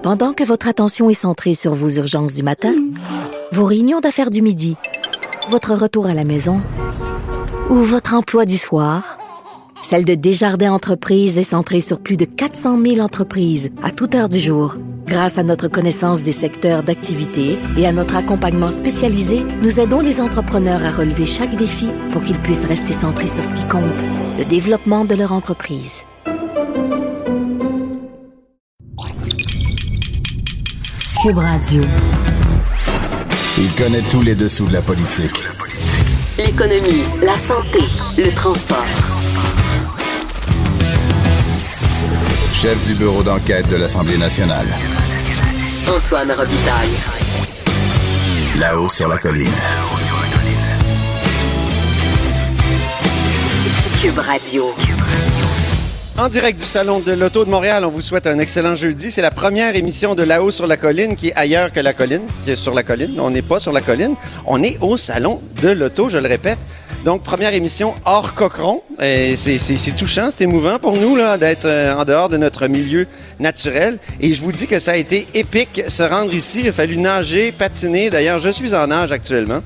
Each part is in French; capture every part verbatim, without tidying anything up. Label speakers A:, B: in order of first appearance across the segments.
A: Pendant que votre attention est centrée sur vos urgences du matin, vos réunions d'affaires du midi, votre retour à la maison ou votre emploi du soir, celle de Desjardins Entreprises est centrée sur plus de quatre cent mille entreprises à toute heure du jour. Grâce à notre connaissance des secteurs d'activité et à notre accompagnement spécialisé, nous aidons les entrepreneurs à relever chaque défi pour qu'ils puissent rester centrés sur ce qui compte, le développement de leur entreprise.
B: Cube Radio.
C: Il connaît tous les dessous de la politique.
B: L'économie, la santé, le transport.
C: Chef du bureau d'enquête de l'Assemblée nationale.
B: Antoine Robitaille.
C: Là-haut sur la colline.
B: Cube Radio.
D: En direct du Salon de l'Auto de Montréal, on vous souhaite un excellent jeudi. C'est la première émission de Là-haut sur la colline qui est ailleurs que la colline, qui est sur la colline. On n'est pas sur la colline, on est au Salon de l'Auto, je le répète. Donc, première émission hors cochon. Et c'est, c'est, c'est touchant, c'est émouvant pour nous là, d'être euh, en dehors de notre milieu naturel. Et je vous dis que ça a été épique se rendre ici. Il a fallu nager, patiner. D'ailleurs, je suis en nage actuellement.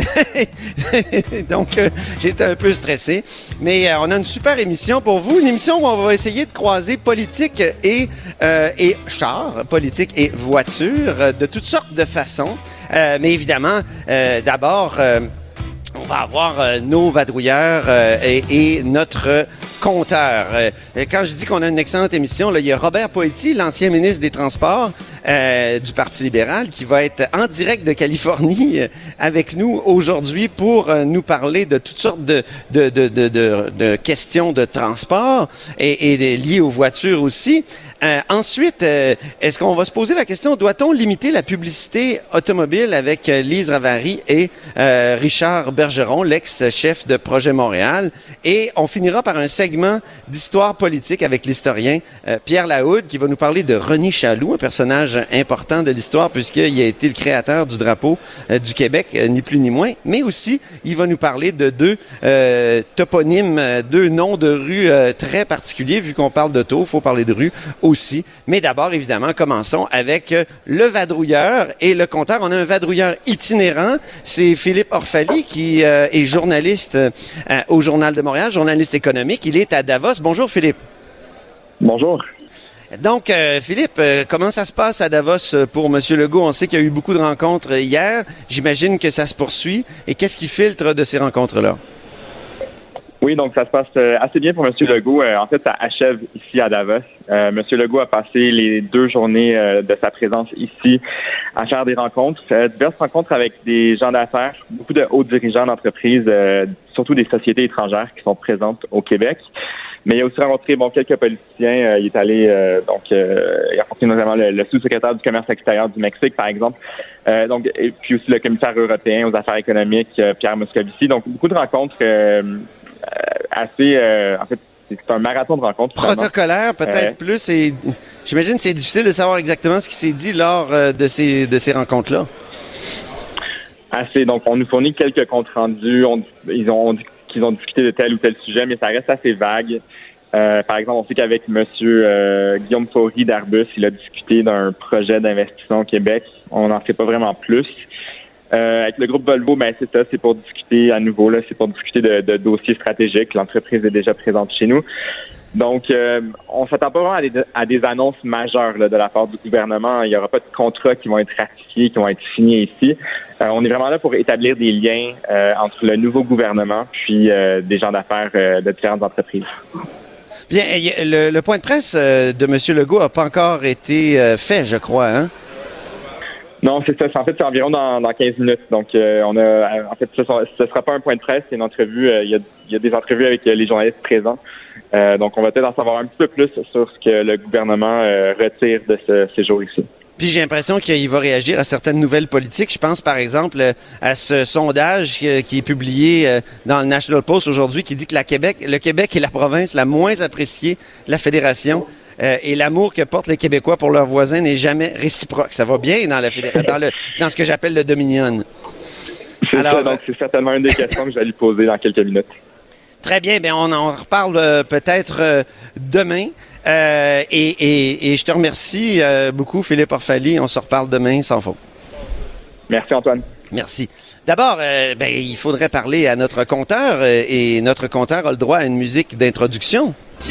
D: Donc, euh, j'étais un peu stressé. Mais euh, on a une super émission pour vous. Une émission où on va essayer de croiser politique et, euh, et char, politique et voiture, euh, de toutes sortes de façons. Euh, mais évidemment, euh, d'abord... Euh, on va avoir euh, nos vadrouilleurs euh, et, et notre compteur. Euh, quand je dis qu'on a une excellente émission, là, il y a Robert Poetti, l'ancien ministre des Transports euh, du Parti libéral, qui va être en direct de Californie euh, avec nous aujourd'hui pour euh, nous parler de toutes sortes de, de, de, de, de, de questions de transport et, et de, liées aux voitures aussi. Euh, ensuite, euh, est-ce qu'on va se poser la question, doit-on limiter la publicité automobile avec euh, Lise Ravary et euh, Richard Bergeron, l'ex-chef de Projet Montréal? Et on finira par un segment d'histoire politique avec l'historien euh, Pierre Lahoude qui va nous parler de René Chaloux, un personnage important de l'histoire puisqu'il a été le créateur du drapeau euh, du Québec, euh, ni plus ni moins. Mais aussi, il va nous parler de deux euh, toponymes, euh, deux noms de rues euh, très particuliers. Vu qu'on parle d'auto, il faut parler de rues aussi. Mais d'abord, évidemment, commençons avec euh, le vadrouilleur et le compteur. On a un vadrouilleur itinérant. C'est Philippe Orfali qui euh, est journaliste euh, au Journal de Montréal, journaliste économique. Il est à Davos. Bonjour, Philippe.
E: Bonjour.
D: Donc, euh, Philippe, euh, comment ça se passe à Davos pour M. Legault? On sait qu'il y a eu beaucoup de rencontres hier. J'imagine que ça se poursuit. Et qu'est-ce qui filtre de ces rencontres-là?
E: Oui, donc ça se passe assez bien pour M. Legault. Euh, en fait, ça achève ici à Davos. Euh, M. Legault a passé les deux journées euh, de sa présence ici à faire des rencontres, euh, diverses rencontres avec des gens d'affaires, beaucoup de hauts dirigeants d'entreprises, euh, surtout des sociétés étrangères qui sont présentes au Québec. Mais il a aussi rencontré bon quelques politiciens. Euh, il est allé euh, donc euh, il a rencontré notamment le, le sous-secrétaire du commerce extérieur du Mexique, par exemple. Euh, donc et puis aussi le commissaire européen aux affaires économiques, euh, Pierre Moscovici. Donc beaucoup de rencontres. Euh, assez euh, en fait c'est un marathon de rencontres
D: protocolaire peut-être euh, plus et j'imagine que c'est difficile de savoir exactement ce qui s'est dit lors euh, de ces de ces rencontres là.
E: Assez donc on nous fournit quelques comptes rendus, on, ils ont on dit qu'ils ont discuté de tel ou tel sujet mais ça reste assez vague. Euh, par exemple, on sait qu'avec monsieur euh, Guillaume Faury d'Airbus, il a discuté d'un projet d'investissement au Québec. On n'en sait pas vraiment plus. Euh, avec le groupe Volvo, ben c'est ça, c'est pour discuter à nouveau, là, c'est pour discuter de, de dossiers stratégiques. L'entreprise est déjà présente chez nous. Donc, euh, on s'attend pas vraiment à des, à des annonces majeures là, de la part du gouvernement. Il n'y aura pas de contrats qui vont être ratifiés, qui vont être signés ici. Euh, on est vraiment là pour établir des liens euh, entre le nouveau gouvernement puis euh, des gens d'affaires euh, de différentes entreprises.
D: Bien, le, le point de presse euh, de M. Legault n'a pas encore été euh, fait, je crois, hein?
E: Non, c'est ça. En fait, c'est environ dans, dans quinze minutes. Donc, euh, on a, en fait, ce ne sera pas un point de presse, c'est une entrevue. Euh, il, y a, il y a des entrevues avec euh, les journalistes présents. Euh, donc, on va peut-être en savoir un petit peu plus sur ce que le gouvernement euh, retire de ce séjour ici.
D: Puis j'ai l'impression qu'il va réagir à certaines nouvelles politiques. Je pense, par exemple, à ce sondage qui est publié dans le National Post aujourd'hui qui dit que la Québec, le Québec est la province la moins appréciée de la Fédération. Euh, et l'amour que portent les Québécois pour leurs voisins n'est jamais réciproque. Ça va bien dans, la fédéra- dans, le, dans ce que j'appelle le Dominion.
E: C'est Alors, ça, donc c'est certainement une des questions que je vais lui poser dans quelques minutes.
D: Très bien, bien on en reparle euh, peut-être euh, demain. Euh, et, et, et je te remercie euh, beaucoup, Philippe Orfali. On se reparle demain sans faute.
E: Merci, Antoine.
D: Merci. D'abord, euh, ben, il faudrait parler à notre compteur euh, et notre compteur a le droit à une musique d'introduction.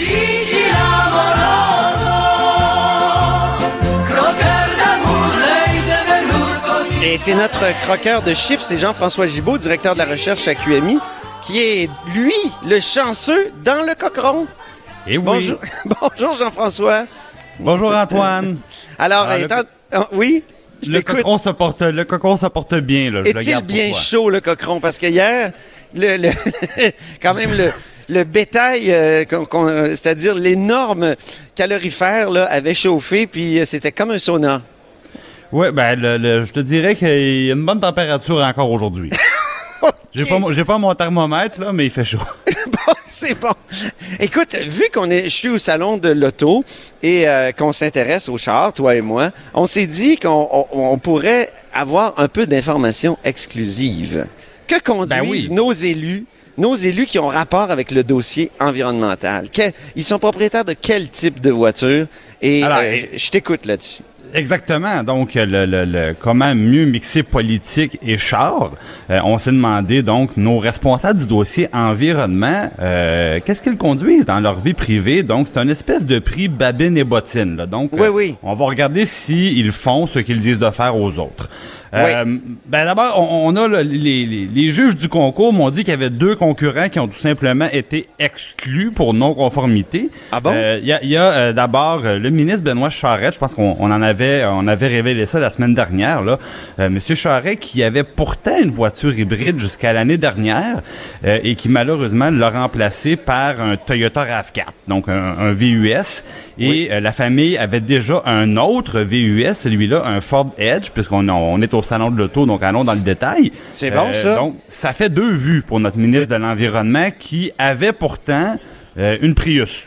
D: Et c'est notre croqueur de chiffres, c'est Jean-François Gibault, directeur de la recherche à Q M I, qui est, lui, le chanceux dans le cochon.
F: Et oui.
D: Bonjour, Bonjour Jean-François.
F: Bonjour Antoine.
D: Alors,
F: Ah,
D: étant...
F: le...
D: oh, oui, je
F: le
D: t'écoute.
F: cocon se porte, le cocon se porte bien, là. Je le
D: Est-il
F: garde
D: bien
F: pour toi.
D: chaud, le cochon? Parce que hier, le, le quand même, le, le bétail, euh, qu'on, qu'on, c'est-à-dire l'énorme calorifère, là, avait chauffé, puis euh, c'était comme un sauna.
F: Oui, ben, le, le, je te dirais qu'il y a une bonne température encore aujourd'hui.
D: Okay.
F: J'ai pas, j'ai pas mon thermomètre, là, mais il fait chaud.
D: Bon, c'est bon. Écoute, vu qu'on est, je suis au salon de l'auto et euh, qu'on s'intéresse aux chars, toi et moi, on s'est dit qu'on on, on pourrait avoir un peu d'informations exclusives. Que conduisent
F: Ben oui.
D: nos élus, nos élus qui ont rapport avec le dossier environnemental? Que, ils sont propriétaires de quel type de voiture? Et
F: Alors,
D: euh, je t'écoute là-dessus.
F: Exactement. Donc, le, le, le comment mieux mixer politique et char. Euh, on s'est demandé, donc, nos responsables du dossier environnement, euh, qu'est-ce qu'ils conduisent dans leur vie privée? Donc, c'est une espèce de prix babine et bottine. Là. Donc,
D: Oui,
F: euh,
D: oui.
F: on va regarder s'ils font ce qu'ils disent de faire aux autres. Euh,
D: Oui.
F: Ben d'abord, on, on a là, les, les, les juges du concours m'ont dit qu'il y avait deux concurrents qui ont tout simplement été exclus pour non-conformité.
D: Ah bon?
F: Euh, Il y a, y a euh, d'abord euh, le ministre Benoît Charette, je pense qu'on on en avait on avait révélé ça la semaine dernière, là. Euh, Monsieur Charette qui avait pourtant une voiture hybride jusqu'à l'année dernière euh, et qui malheureusement l'a remplacé par un Toyota RAV quatre, donc un, un V U S. Et
D: Oui.
F: euh, la famille avait déjà un autre V U S, celui-là, un Ford Edge, puisqu'on on est au salon de l'auto, donc allons dans le détail.
D: C'est bon,
F: Euh,
D: ça.
F: Donc, ça fait deux vues pour notre ministre de l'Environnement qui avait pourtant euh, une Prius.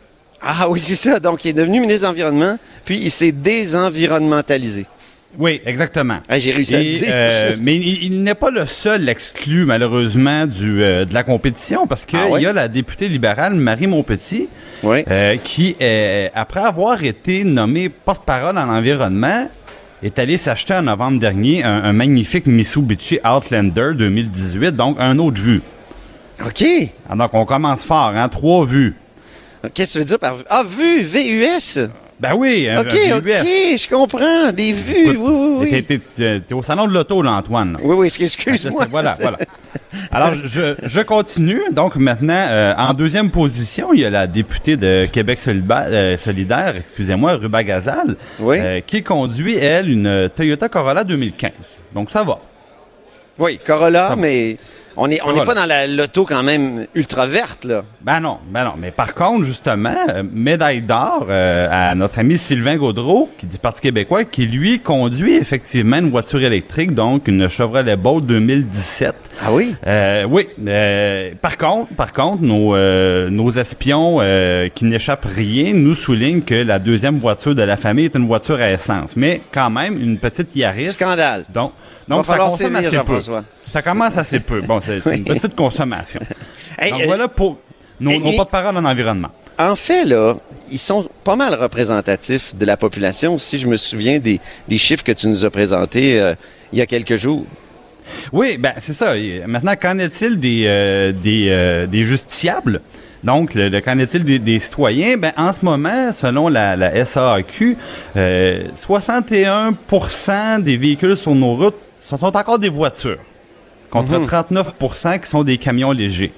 D: Ah oui, c'est ça. Donc, il est devenu ministre de l'Environnement, puis il s'est désenvironnementalisé.
F: Oui, exactement.
D: Ah, j'ai réussi à le
F: Et,
D: dire.
F: euh, mais il, il n'est pas le seul exclu, malheureusement, du euh, de la compétition, parce qu'il
D: Ah ouais?
F: y a la députée libérale Marie Montpetit,
D: Oui.
F: euh, qui, euh, après avoir été nommée porte-parole en environnement, est allée s'acheter en novembre dernier un, un magnifique Mitsubishi Outlander deux mille dix-huit, donc un autre vue.
D: OK.
F: Ah, donc, on commence fort, hein, trois vues.
D: Qu'est-ce que tu veux dire par... Ah, vue, V U S.
F: Ben oui, un,
D: OK,
F: un
D: OK,
F: V U S.
D: je comprends. Des vues,
F: Écoute,
D: oui, oui,
F: T'es,
D: oui.
F: t'es- t'es- t'es au salon de l'auto, là, Antoine. là.
D: Oui, oui, excuse-moi.
F: Voilà, voilà. Alors, je, je continue. Donc, maintenant, euh, en deuxième position, il y a la députée de Québec solidaire, euh, solidaire excusez-moi, Ruba Gazal,
D: Oui.
F: euh, qui conduit, elle, une Toyota Corolla deux mille quinze. Donc, ça va.
D: Oui, Corolla,
F: Ça-
D: mais on n'est on
F: Corolla.
D: n'est pas dans la l'auto quand même ultra verte, là.
F: Ben non, ben non. Mais par contre, justement, euh, médaille d'or euh, à notre ami Sylvain Gaudreault, qui du Parti québécois, qui lui conduit effectivement une voiture électrique, donc une Chevrolet Bolt deux mille dix-sept.
D: Ah oui?
F: Euh, oui. Euh, par contre, par contre, nos euh, nos espions euh, qui n'échappent rien nous soulignent que la deuxième voiture de la famille est une voiture à essence, mais quand même une petite Yaris.
D: Scandale.
F: Donc,
D: Va
F: donc ça
D: falloir
F: consomme
D: sévir,
F: assez peu.
D: Jean-François.
F: Ça commence assez peu. Bon, c'est, c'est une
D: Oui.
F: petite consommation.
D: Hey,
F: Donc
D: euh,
F: voilà pour nos,
D: et-
F: nos
D: et-
F: porte-parole en environnement.
D: En fait, là, ils sont pas mal représentatifs de la population, si je me souviens des, des chiffres que tu nous as présentés euh, il y a quelques jours.
F: Oui, ben c'est ça. Et maintenant, qu'en est-il des euh, des, euh, des justiciables? Donc, le, le- qu'en est-il des, des citoyens? Ben, en ce moment, selon la, la S A A Q, euh, soixante et un pour cent des véhicules sur nos routes, ce sont encore des voitures, contre
D: Mhm.
F: trente-neuf pour cent qui sont des camions légers.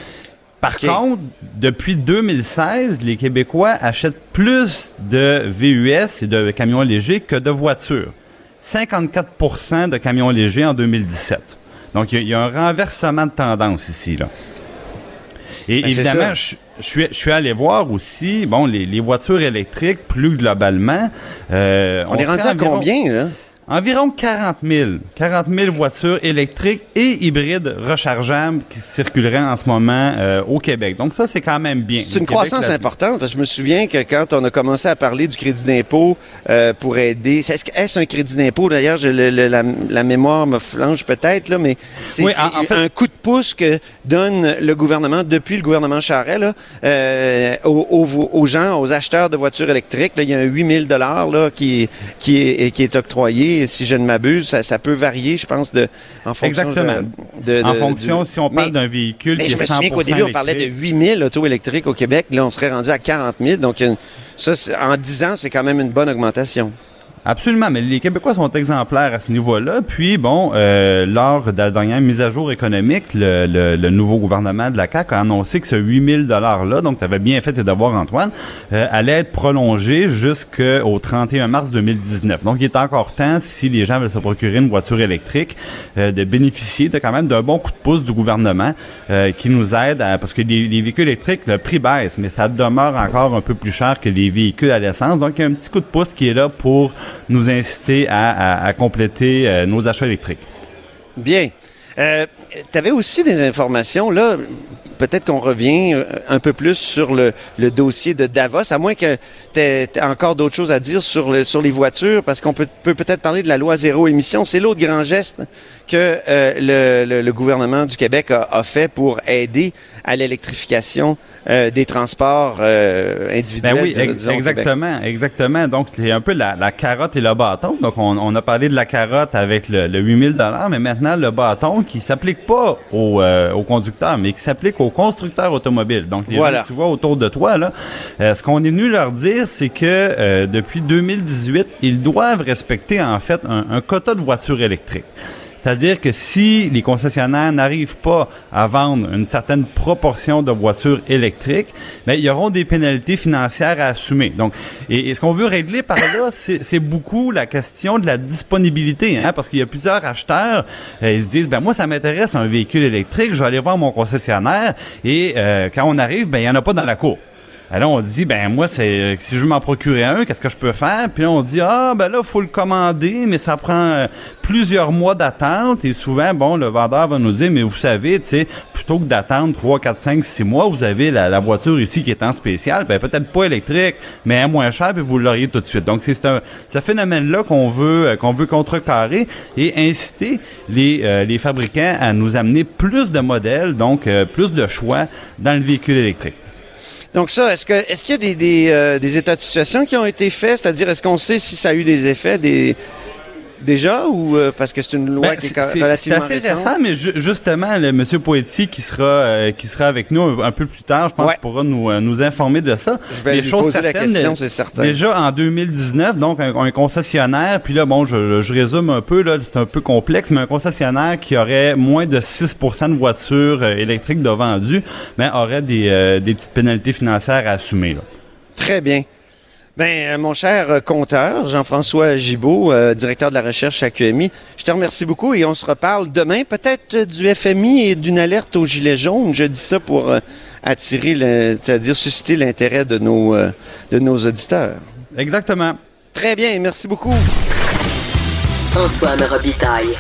F: Par
D: OK.
F: contre, depuis deux mille seize, les Québécois achètent plus de V U S et de camions légers que de voitures. cinquante-quatre pour cent de camions légers en deux mille dix-sept. Donc, il y, a- il y a un renversement de tendance ici, là. Et
D: Ben, c'est
F: évidemment, je, je suis, je suis allé voir aussi, bon, les, les voitures électriques, plus globalement. euh,
D: On, est
F: serait
D: rendu à
F: environ-
D: combien, là?
F: environ quarante mille. quarante mille voitures électriques et hybrides rechargeables qui circuleraient en ce moment euh, au Québec. Donc ça, c'est quand même bien.
D: C'est une croissance importante, parce que je me souviens que quand on a commencé à parler du crédit d'impôt euh, pour aider... Est-ce, est-ce un crédit d'impôt, d'ailleurs? Je, le, le, la, la mémoire me flanche peut-être, là, mais c'est,
F: oui,
D: c'est
F: en, en fait,
D: un coup de pouce que donne le gouvernement, depuis le gouvernement Charest, là, euh, aux, aux, aux gens, aux acheteurs de voitures électriques. Là, il y a un huit mille dollars là, qui, qui, est, qui est octroyé. Si je ne m'abuse, ça, ça peut varier, je pense, de, en fonction
F: Exactement.
D: de, de, de,
F: en fonction,
D: du...
F: si on parle
D: mais,
F: d'un véhicule
D: mais
F: qui
D: je
F: est
D: me
F: cent
D: souviens
F: pour cent
D: qu'au début, on parlait de huit mille autos électriques au Québec. Là, on serait rendu à quarante mille. Donc, une, ça, en dix ans, c'est quand même une bonne augmentation.
F: Absolument, mais les Québécois sont exemplaires à ce niveau-là. Puis, bon, euh, lors de la dernière mise à jour économique, le, le, le nouveau gouvernement de la C A Q a annoncé que ce huit mille dollars-là, donc tu avais bien fait tes devoirs, Antoine, euh, allait être prolongé jusqu'au trente et un mars deux mille dix-neuf. Donc, il est encore temps, si les gens veulent se procurer une voiture électrique, euh, de bénéficier de quand même d'un bon coup de pouce du gouvernement euh, qui nous aide à... Parce que les, les véhicules électriques, le prix baisse, mais ça demeure encore un peu plus cher que les véhicules à l'essence. Donc, il y a un petit coup de pouce qui est là pour nous inciter à, à, à compléter euh, nos achats électriques.
D: Bien. Euh, tu avais aussi des informations, là, peut-être qu'on revient un peu plus sur le, le dossier de Davos, à moins que tu aies encore d'autres choses à dire sur, le, sur les voitures, parce qu'on peut, peut peut-être parler de la loi zéro émission. C'est l'autre grand geste que euh, le, le, le gouvernement du Québec a, a fait pour aider à l'électrification euh, des transports euh, individuels.
F: Ben oui,
D: disons, disons,
F: exactement, exactement. Donc, c'est un peu la, la carotte et le bâton. Donc, on, on a parlé de la carotte avec le, le huit mille dollars, mais maintenant, le bâton qui s'applique pas aux, euh, aux conducteurs, mais qui s'applique aux constructeurs automobiles. Donc, les
D: voilà.
F: gens que tu vois autour de toi, là, euh, ce qu'on est venu leur dire, c'est que euh, depuis deux mille dix-huit, ils doivent respecter, en fait, un, un quota de voitures électriques. C'est-à-dire que si les concessionnaires n'arrivent pas à vendre une certaine proportion de voitures électriques, ben, ils auront des pénalités financières à assumer. Donc, et, et ce qu'on veut régler par là, c'est, c'est beaucoup la question de la disponibilité, hein, parce qu'il y a plusieurs acheteurs, euh, ils se disent, ben moi, ça m'intéresse un véhicule électrique, je vais aller voir mon concessionnaire, et euh, quand on arrive, ben il y en a pas dans la cour. Alors on dit, ben moi, c'est si je veux m'en procurer un, qu'est-ce que je peux faire? Puis là, on dit, ah, ben là, faut le commander, mais ça prend euh, plusieurs mois d'attente. Et souvent, bon, le vendeur va nous dire, mais vous savez, tu sais, plutôt que d'attendre trois, quatre, cinq, six mois, vous avez la, la voiture ici qui est en spécial, ben peut-être pas électrique, mais à moins cher, puis vous l'auriez tout de suite. Donc, c'est un, ce phénomène-là qu'on veut euh, qu'on veut contrecarrer et inciter les, euh, les fabricants à nous amener plus de modèles, donc euh, plus de choix dans le véhicule électrique.
D: Donc ça, est-ce que est-ce qu'il y a des des, euh, des états de situation qui ont été faits, c'est-à-dire est-ce qu'on sait si ça a eu des effets des déjà ou euh, parce que c'est une loi
F: ben,
D: qui est,
F: c'est,
D: relativement
F: c'est assez
D: récente?
F: récent, mais ju- justement, le monsieur Poetti qui sera euh, qui sera avec nous un, un peu plus tard, je pense, ouais. pourra nous euh, nous informer de ça.
D: Je vais
F: Les
D: lui
F: choses
D: poser
F: certaines,
D: la question, c'est certain.
F: Déjà en deux mille dix-neuf, donc un, un concessionnaire, puis là, bon, je, je résume un peu, là, c'est un peu complexe, mais un concessionnaire qui aurait moins de six pour cent de voitures euh, électriques de vendues, ben, aurait des, euh, des petites pénalités financières à assumer, là.
D: Très bien. Ben, euh, mon cher euh, compteur, Jean-François Gibault, euh, directeur de la recherche à Q M I, je te remercie beaucoup et on se reparle demain, peut-être euh, du F M I et d'une alerte aux gilets jaunes. Je dis ça pour euh, attirer, le, c'est-à-dire susciter l'intérêt de nos, euh, de nos auditeurs.
F: Exactement.
D: Très bien, merci beaucoup.
B: Antoine Robitaille.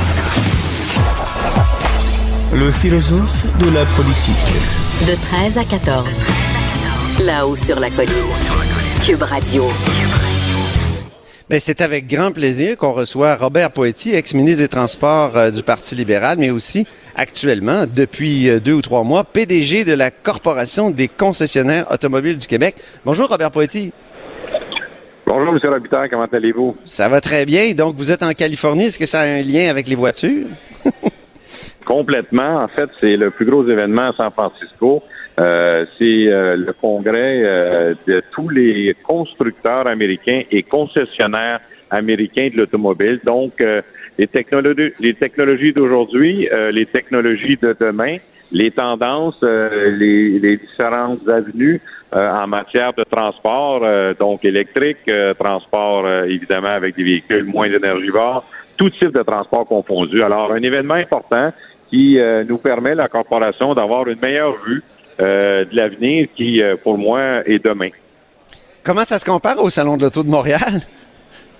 G: Le philosophe de la politique.
B: De treize à quatorze. Là-haut sur la colline. Cube Radio.
D: Ben, c'est avec grand plaisir qu'on reçoit Robert Poetti, ex-ministre des Transports euh, du Parti libéral, mais aussi actuellement, depuis euh, deux ou trois mois, P D G de la Corporation des concessionnaires automobiles du Québec. Bonjour Robert Poetti.
H: Bonjour M. Robitaille, comment allez-vous?
D: Ça va très bien. Donc, vous êtes en Californie. Est-ce que ça a un lien avec les voitures?
H: Complètement. En fait, c'est le plus gros événement à San Francisco. Euh, c'est euh, le congrès euh, de tous les constructeurs américains et concessionnaires américains de l'automobile. Donc, euh, les technologies, les technologies d'aujourd'hui, euh, les technologies de demain, les tendances, euh, les, les différentes avenues euh, en matière de transport, euh, donc électrique, euh, transport euh, évidemment avec des véhicules moins énergivores, tout type de transport confondu. Alors, un événement important qui euh, nous permet, la corporation, d'avoir une meilleure vue Euh, de l'avenir qui, euh, pour moi, est demain.
D: Comment ça se compare au Salon de l'Auto de Montréal?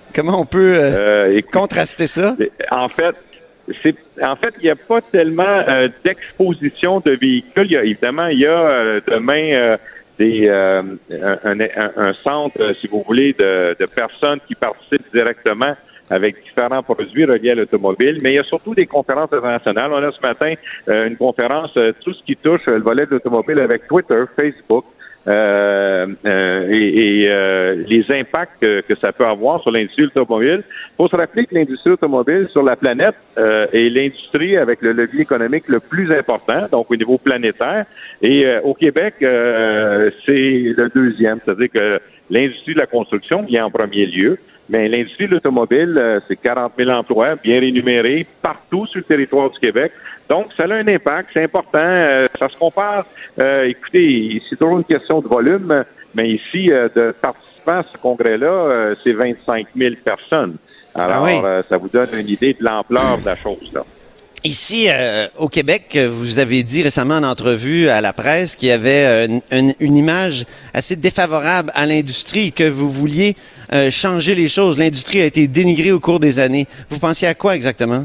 D: Comment on peut euh,
H: Euh, écoute,
D: contraster ça?
H: En fait, c'est en fait, il n'y a pas tellement euh, d'exposition de véhicules. Il y a, évidemment, il y a euh, demain euh, des euh, un, un, un centre, euh, si vous voulez, de, de personnes qui participent directement avec différents produits reliés à l'automobile, mais il y a surtout des conférences internationales. On a ce matin euh, une conférence, euh, tout ce qui touche euh, le volet de l'automobile avec Twitter, Facebook, euh, euh, et, et euh, les impacts que, que ça peut avoir sur l'industrie automobile. Il faut se rappeler que l'industrie automobile sur la planète euh, est l'industrie avec le levier économique le plus important, donc au niveau planétaire. Et euh, au Québec, euh, c'est le deuxième, c'est-à-dire que l'industrie de la construction vient en premier lieu. Mais l'industrie de l'automobile, euh, c'est quarante mille emplois bien rémunérés partout sur le territoire du Québec. Donc, ça a un impact, c'est important. Euh, ça se compare. Euh, écoutez, c'est toujours une question de volume, mais ici, euh, de participants à ce congrès-là, euh, c'est vingt-cinq mille personnes. Alors,
D: Ah oui.
H: euh, ça vous donne une idée de l'ampleur de la chose, là.
D: Ici, euh, au Québec, vous avez dit récemment en entrevue à la presse qu'il y avait euh, une, une, une image assez défavorable à l'industrie, que vous vouliez euh, changer les choses. L'industrie a été dénigrée au cours des années. Vous pensiez à quoi exactement?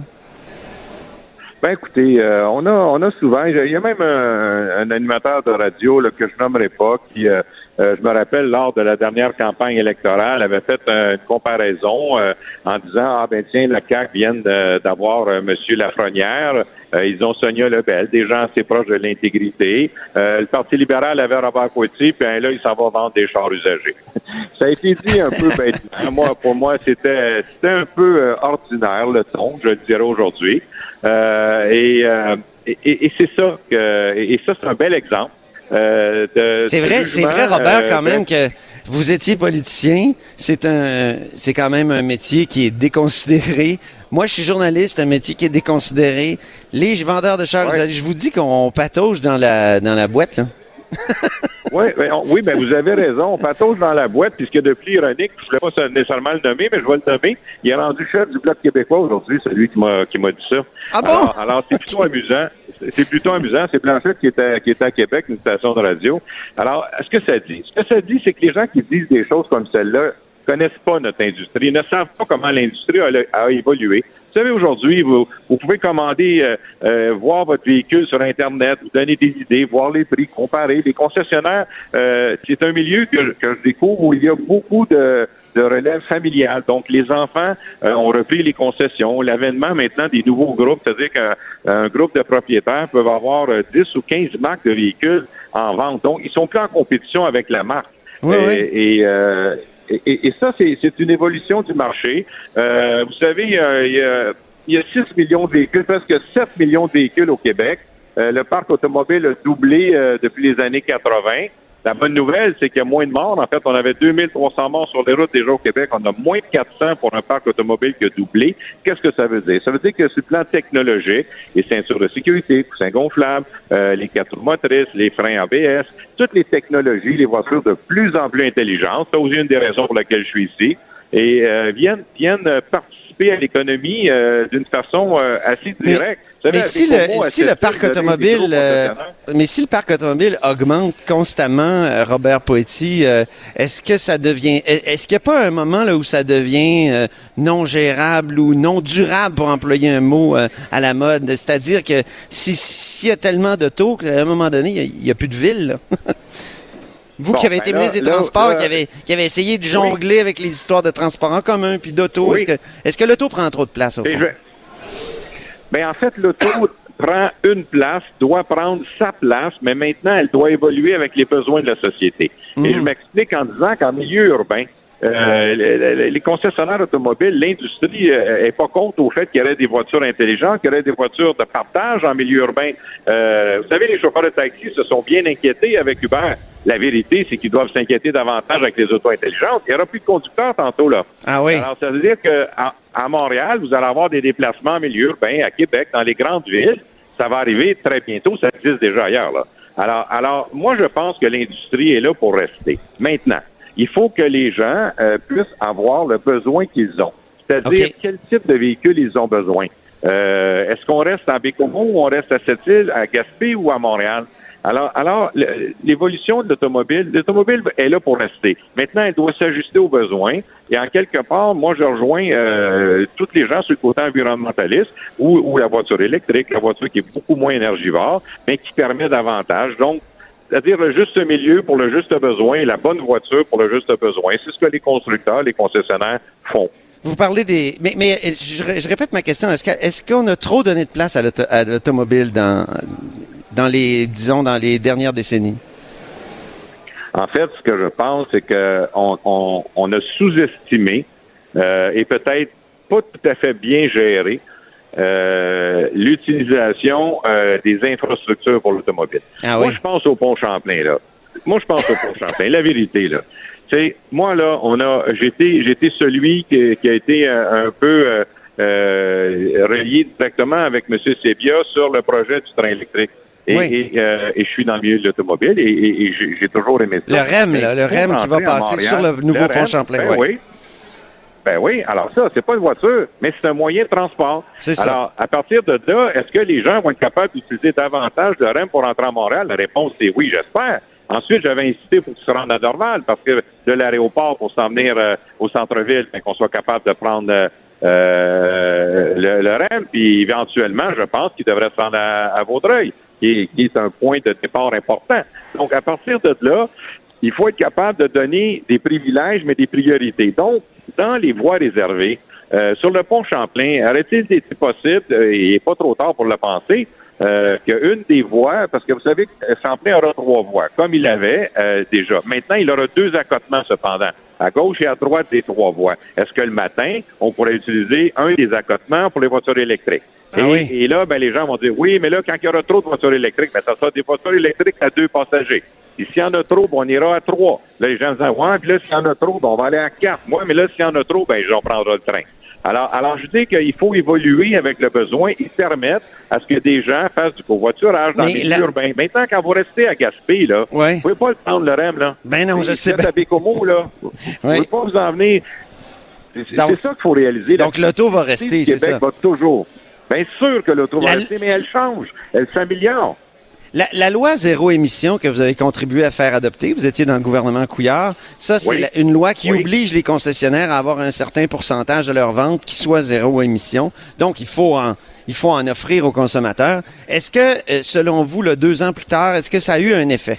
H: Ben écoutez, euh, on a on a souvent, il y a même un, un animateur de radio là, que je nommerai pas, qui, euh, euh, je me rappelle, lors de la dernière campagne électorale, avait fait euh, une comparaison euh, en disant, ah ben tiens, la C A Q vient de, d'avoir euh, Monsieur Lafrenière, euh, ils ont Sonia Lebel, des gens assez proches de l'intégrité. Euh, le Parti libéral avait Robert Poitier, puis hein, là, il s'en va vendre des chars usagés. Ça a été dit un peu bêtement. Moi, pour moi, c'était c'était un peu euh, ordinaire, le ton, je le dirais aujourd'hui. Euh, et, euh, et, et c'est ça que, et ça c'est un bel exemple. Euh, de,
D: C'est
H: de
D: vrai,
H: jugement,
D: c'est vrai, Robert, quand
H: euh,
D: même, que vous étiez politicien. C'est un, c'est quand même un métier qui est déconsidéré. Moi, je suis journaliste, un métier qui est déconsidéré. Les vendeurs de chars,
H: Ouais.
D: je vous dis qu'on patauge dans la, dans la boîte, là.
H: Ouais, ben, on- oui, ben vous avez raison. On patauge dans la boîte, puisque de plus ironique, je ne voulais pas nécessairement le nommer, mais je vais le nommer. Il est rendu chef du Bloc québécois aujourd'hui, celui qui m'a qui m'a dit ça.
D: Ah bon?
H: Alors, alors c'est plutôt amusant. C'est c'est plutôt amusant. C'est Blanchette qui était qui était à Québec, une station de radio. Alors, ce que ça dit, ce que ça dit, c'est que les gens qui disent des choses comme celle-là connaissent pas notre industrie, ne savent pas comment l'industrie a, a évolué. Vous savez, aujourd'hui, vous, vous pouvez commander, euh, euh, voir votre véhicule sur Internet, vous donner des idées, voir les prix, comparer. Les concessionnaires, euh, c'est un milieu que, que je découvre où il y a beaucoup de, de relève familiale. Donc, les enfants euh, ont repris les concessions. L'avènement maintenant des nouveaux groupes, c'est-à-dire qu'un groupe de propriétaires peuvent avoir euh, dix ou quinze marques de véhicules en vente. Donc, ils sont plus en compétition avec la marque.
D: Oui,
H: et,
D: oui.
H: et, euh, et, et, et ça, c'est, c'est une évolution du marché. Euh, vous savez, euh, il y a, il y a six millions de véhicules, presque sept millions de véhicules au Québec. Euh, le parc automobile a doublé euh, depuis les années quatre-vingts. La bonne nouvelle, c'est qu'il y a moins de morts. En fait, on avait deux mille trois cents morts sur les routes déjà au Québec. On a moins de quatre cents pour un parc automobile qui a doublé. Qu'est-ce que ça veut dire? Ça veut dire que sur le plan technologique, les ceintures de sécurité, coussins gonflables, euh, les quatre roues motrices, les freins A B S, toutes les technologies, les voitures de plus en plus intelligentes, c'est aussi une des raisons pour laquelle je suis ici, et euh, viennent, viennent participer à l'économie euh, d'une façon euh, assez directe. Vous savez,
D: Mais si
H: avec
D: le,
H: Homo,
D: si le
H: Acceptus,
D: parc
H: vous avez des
D: automobile,
H: gros
D: euh,
H: concessionnaires.
D: mais si le parc automobile augmente constamment, euh, Robert Poitier, euh, est-ce que ça devient, est- est-ce qu'il n'y a pas un moment là où ça devient euh, non gérable ou non durable, pour employer un mot euh, à la mode? C'est-à-dire que si s'il y a tellement d'autos qu'à un moment donné, il n'y a, a plus de ville, là. Vous
H: Bon,
D: qui avez
H: ben
D: été
H: là-
D: ministre des
H: là-
D: Transports,
H: là-
D: qui avez, qui avez essayé de jongler avec les histoires de transport en commun puis d'auto,
H: Oui.
D: est-ce que, est-ce que l'auto prend trop de place au
H: Et
D: fond?
H: je vais- Ben, en fait, l'auto prend une place, doit prendre sa place, mais maintenant, elle doit évoluer avec les besoins de la société. Et je m'explique en disant qu'en milieu urbain, euh, les, les- les concessionnaires automobiles, l'industrie euh, est pas contre au fait qu'il y aurait des voitures intelligentes, qu'il y aurait des voitures de partage en milieu urbain. Euh, vous savez, les chauffeurs de taxi se sont bien inquiétés avec Uber. La vérité, c'est qu'ils doivent s'inquiéter davantage avec les autos intelligentes. Il n'y aura plus de conducteurs tantôt, là.
D: Ah oui.
H: Alors, ça veut dire que à, à Montréal, vous allez avoir des déplacements en milieu urbain, à Québec, dans les grandes villes. Ça va arriver très bientôt. Ça existe déjà ailleurs, là. Alors, alors, moi, je pense que l'industrie est là pour rester. Maintenant, il faut que les gens euh, puissent avoir le besoin qu'ils ont. C'est-à-dire,
D: OK.
H: quel type de véhicule ils ont besoin. Euh, est-ce qu'on reste à Bécomo ou on reste à Sept-Îles, à Gaspé ou à Montréal? Alors, alors le, l'évolution de l'automobile, l'automobile est là pour rester. Maintenant, elle doit s'ajuster aux besoins. Et en quelque part, moi, je rejoins euh, tous les gens sur le côté environnementaliste ou, ou la voiture électrique, la voiture qui est beaucoup moins énergivore, mais qui permet davantage. Donc, c'est-à-dire le juste milieu pour le juste besoin et la bonne voiture pour le juste besoin. C'est ce que les constructeurs, les concessionnaires font.
D: Vous parlez des... Mais, mais je, je répète ma question. Est-ce, que, est-ce qu'on a trop donné de place à, l'auto, à l'automobile dans, dans les, disons, dans les dernières décennies?
H: En fait, ce que je pense, c'est que on, on, on a sous-estimé euh, et peut-être pas tout à fait bien géré euh, l'utilisation euh, des infrastructures pour l'automobile. Ah oui? Moi, je pense au pont Champlain, là. Moi, je pense au pont Champlain. La vérité, là. Tu sais, moi, là, on a, j'étais, j'étais celui qui, qui a été un, un peu euh, euh, relié directement avec M. Sebia sur le projet du train électrique. Et, oui. et, euh, et je suis dans le milieu de l'automobile et, et, et j'ai, j'ai toujours aimé ça.
D: Le R E M, là, le R E M qui va passer Montréal, sur le nouveau le pont Champlain.
H: Ben oui. Ben oui. Alors ça, c'est pas une voiture, mais c'est un moyen de transport.
D: C'est
H: Alors,
D: ça.
H: à partir de là, est-ce que les gens vont être capables d'utiliser davantage le R E M pour entrer à Montréal? La réponse est oui, j'espère. Ensuite, j'avais incité pour qu'ils se rendent à Dorval parce que de l'aéroport pour s'en venir euh, au centre-ville, ben, qu'on soit capable de prendre euh, euh, le, le R E M. Puis éventuellement, je pense qu'il devrait se rendre à, à Vaudreuil, qui est, qui est un point de départ important. Donc, à partir de là, il faut être capable de donner des privilèges, mais des priorités. Donc, dans les voies réservées, euh, sur le pont Champlain, aurait-il été possible, euh, il n'est pas trop tard pour le penser, Euh, qu'une des voies, parce que vous savez que Champlain aura trois voies, comme il avait euh, déjà. Maintenant, il aura deux accotements cependant, à gauche et à droite des trois voies. Est-ce que le matin, on pourrait utiliser un des accotements pour les voitures électriques?
D: Ah
H: et,
D: oui.
H: et là, ben, les gens vont dire, oui, mais là, quand il y aura trop de voitures électriques, ben, ça sera des voitures électriques à deux passagers. Et s'il y en a trop, ben, on ira à trois. Là, les gens disent, ouais, puis là, s'il y en a trop, ben, on va aller à quatre. Moi, mais là, s'il y en a trop, ben, on prendra le train. Alors, alors, je dis qu'il faut évoluer avec le besoin et permettre à ce que des gens fassent du covoiturage dans les milieux urbains. Maintenant, quand vous restez à Gaspé, là,
D: ouais.
H: vous pouvez pas le prendre le R E M, là.
D: Ben non, je sais
H: bien. Vous êtes à Bécomo, là. Vous
D: ouais.
H: pouvez pas vous en venir. C'est,
D: donc,
H: c'est ça qu'il faut réaliser.
D: Donc, la l'auto va rester, c'est ça.
H: Québec va toujours. Bien sûr que l'auto va
D: la...
H: rester, mais elle change. Elle s'améliore.
D: La, la loi zéro émission que vous avez contribué à faire adopter, vous étiez dans le gouvernement Couillard, ça, c'est
H: oui.
D: la, une loi qui
H: oui.
D: oblige les concessionnaires à avoir un certain pourcentage de leurs ventes qui soit zéro émission. Donc, il faut en, il faut en offrir aux consommateurs. Est-ce que, selon vous, le deux ans plus tard, est-ce que ça a eu un effet?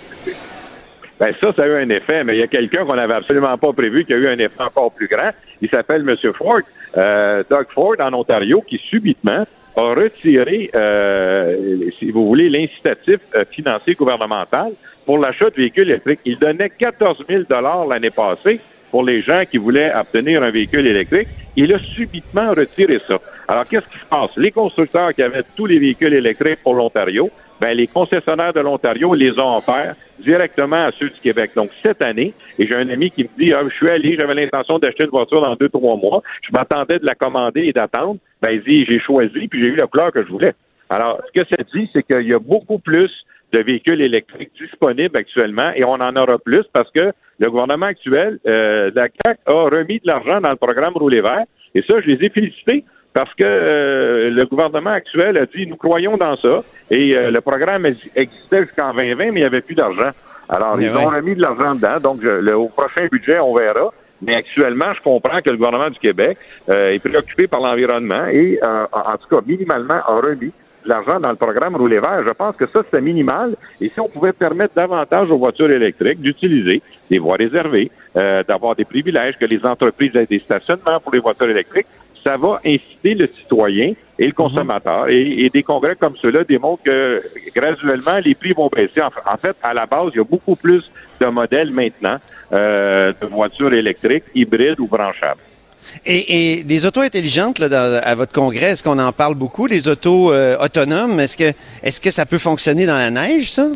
H: Ben ça, ça a eu un effet, mais il y a quelqu'un qu'on n'avait absolument pas prévu qui a eu un effet encore plus grand. Il s'appelle M. Ford, euh, Doug Ford, en Ontario, qui subitement a retiré, euh, si vous voulez, l'incitatif euh, financier gouvernemental pour l'achat de véhicules électriques. Il donnait quatorze mille dollars l'année passée pour les gens qui voulaient obtenir un véhicule électrique. Il a subitement retiré ça. Alors, qu'est-ce qui se passe? Les constructeurs qui avaient tous les véhicules électriques pour l'Ontario, ben les concessionnaires de l'Ontario les ont offerts directement à ceux du Québec. Donc, cette année, et j'ai un ami qui me dit, ah, je suis allé, j'avais l'intention d'acheter une voiture dans deux, trois mois. Je m'attendais de la commander et d'attendre. Ben, il dit, j'ai choisi, puis j'ai eu la couleur que je voulais. Alors, ce que ça dit, c'est qu'il y a beaucoup plus de véhicules électriques disponibles actuellement, et on en aura plus parce que le gouvernement actuel, euh, la C A Q, a remis de l'argent dans le programme Rouler vert. Et ça, je les ai félicités parce que euh, le gouvernement actuel a dit, nous croyons dans ça. Et euh, le programme existait jusqu'en vingt vingt, mais il n'y avait plus d'argent. Alors, mais ils ouais. ont remis de l'argent dedans. Donc, je, le, au prochain budget, on verra. Mais actuellement, je comprends que le gouvernement du Québec euh, est préoccupé par l'environnement et, euh, en tout cas, minimalement, a remis de l'argent dans le programme Rouler vert. Je pense que ça, c'est minimal. Et si on pouvait permettre davantage aux voitures électriques d'utiliser des voies réservées, euh, d'avoir des privilèges, que les entreprises aient des stationnements pour les voitures électriques, ça va inciter le citoyen et le consommateur. Mm-hmm. Et, et des congrès comme ceux-là démontrent que graduellement, les prix vont baisser. En, en fait, à la base, il y a beaucoup plus de modèles maintenant euh, de voitures électriques, hybrides ou branchables.
D: Et, et les autos intelligentes là, dans, à votre congrès, est-ce qu'on en parle beaucoup, les autos euh, autonomes? Est-ce que est-ce que ça peut fonctionner dans la neige, ça?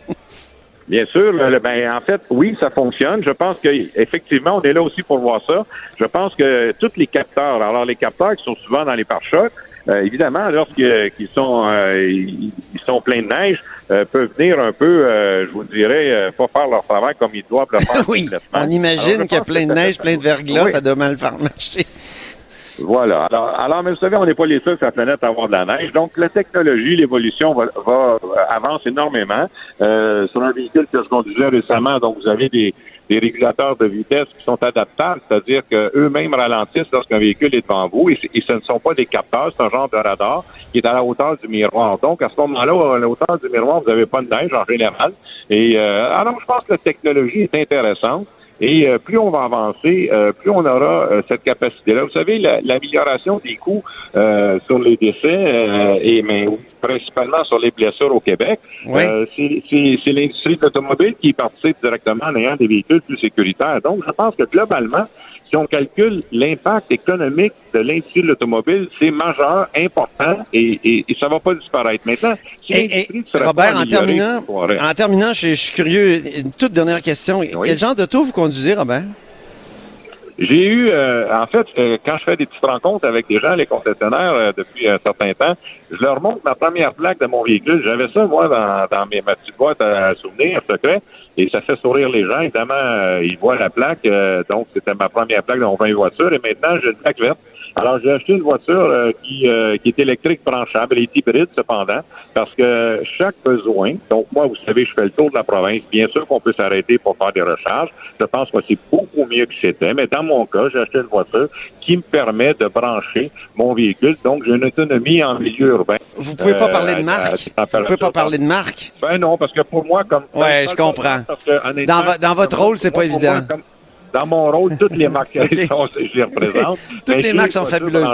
H: Bien sûr, le, ben en fait, oui, ça fonctionne. Je pense que effectivement, on est là aussi pour voir ça. Je pense que tous les capteurs, alors les capteurs qui sont souvent dans les pare-chocs, euh, évidemment, lorsqu'ils sont euh, ils, ils sont pleins de neige, euh, peuvent venir un peu, euh, je vous dirais, euh, pas faire leur travail comme ils doivent le faire.
D: Oui, on imagine qu'il y a plein de neige, plein de verglas, oui. Ça doit mal faire marcher.
H: Voilà. Alors, alors, mais vous savez, on n'est pas les seuls sur la planète à avoir de la neige. Donc, la technologie, l'évolution va, va avance énormément. Euh, sur un véhicule que je conduisais récemment, donc vous avez des, des régulateurs de vitesse qui sont adaptables, c'est-à-dire qu'eux-mêmes ralentissent lorsqu'un véhicule est devant vous, et, et ce ne sont pas des capteurs, c'est un genre de radar qui est à la hauteur du miroir. Donc, à ce moment-là, à la hauteur du miroir, vous n'avez pas de neige en général. Et euh, alors, je pense que la technologie est intéressante. Et euh, plus on va avancer, euh, plus on aura euh, cette capacité-là. Vous savez, la, l'amélioration des coûts euh, sur les décès euh, et mais principalement sur les blessures au Québec,
D: oui.
H: euh, c'est, c'est, c'est l'industrie de l'automobile qui participe directement en ayant des véhicules plus sécuritaires. Donc, je pense que globalement, si on calcule l'impact économique de l'industrie de l'automobile, c'est majeur, important, et, et, et ça va pas disparaître. Maintenant, si
D: et,
H: l'industrie
D: et,
H: ne
D: Robert,
H: pas
D: en terminant, en terminant, je, je suis curieux, une toute dernière question. Oui. Quel genre d'auto vous conduisez, Robert?
H: J'ai eu, euh, en fait, euh, quand je fais des petites rencontres avec des gens, les concessionnaires, euh, depuis un certain temps, je leur montre ma première plaque de mon véhicule. J'avais ça, moi, dans, dans mes, ma petite boîte à souvenirs secret, et ça fait sourire les gens. Évidemment, euh, ils voient la plaque, euh, donc c'était ma première plaque dans mon vingt voiture, et maintenant, j'ai une plaque verte. Alors, j'ai acheté une voiture euh, qui, euh, qui est électrique branchable, elle est hybride cependant, parce que chaque besoin, donc moi, vous savez, je fais le tour de la province, bien sûr qu'on peut s'arrêter pour faire des recharges, je pense que c'est beaucoup mieux que c'était, mais dans mon cas, j'ai acheté une voiture qui me permet de brancher mon véhicule, donc j'ai une autonomie en milieu urbain.
D: Vous pouvez pas euh, parler de marque? À, à, vous pouvez pas parler de marque?
H: Ben non, parce que pour moi, comme...
D: Ouais, je comprends. Que, dans, va, dans votre rôle, c'est pas évident. Moi, comme,
H: dans mon rôle, toutes les marques okay. sont, je les représente.
D: Toutes les marques sont fabuleuses.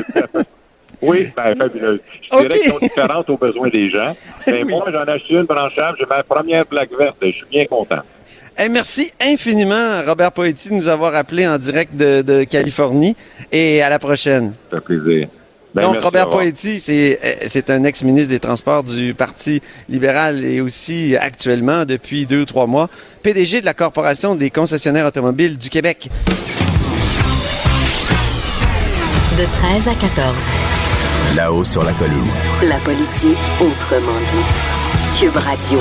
H: Oui, ben, fabuleuses. Je okay. dirais qu'elles sont différentes aux besoins des gens. Mais oui. moi, j'en ai acheté une branchable, j'ai ma première plaque verte et je suis bien content.
D: Hey, merci infiniment, Robert Poetti, de nous avoir appelé en direct de, de Californie. Et à la prochaine.
H: Ça fait plaisir. Ben,
D: Donc, Robert Poetti, c'est, c'est un ex-ministre des Transports du Parti libéral et aussi actuellement, depuis deux ou trois mois, P D G de la Corporation des concessionnaires automobiles du Québec.
B: De treize à quatorze.
C: Là-haut sur la colline.
B: La politique autrement dite. Cube Radio.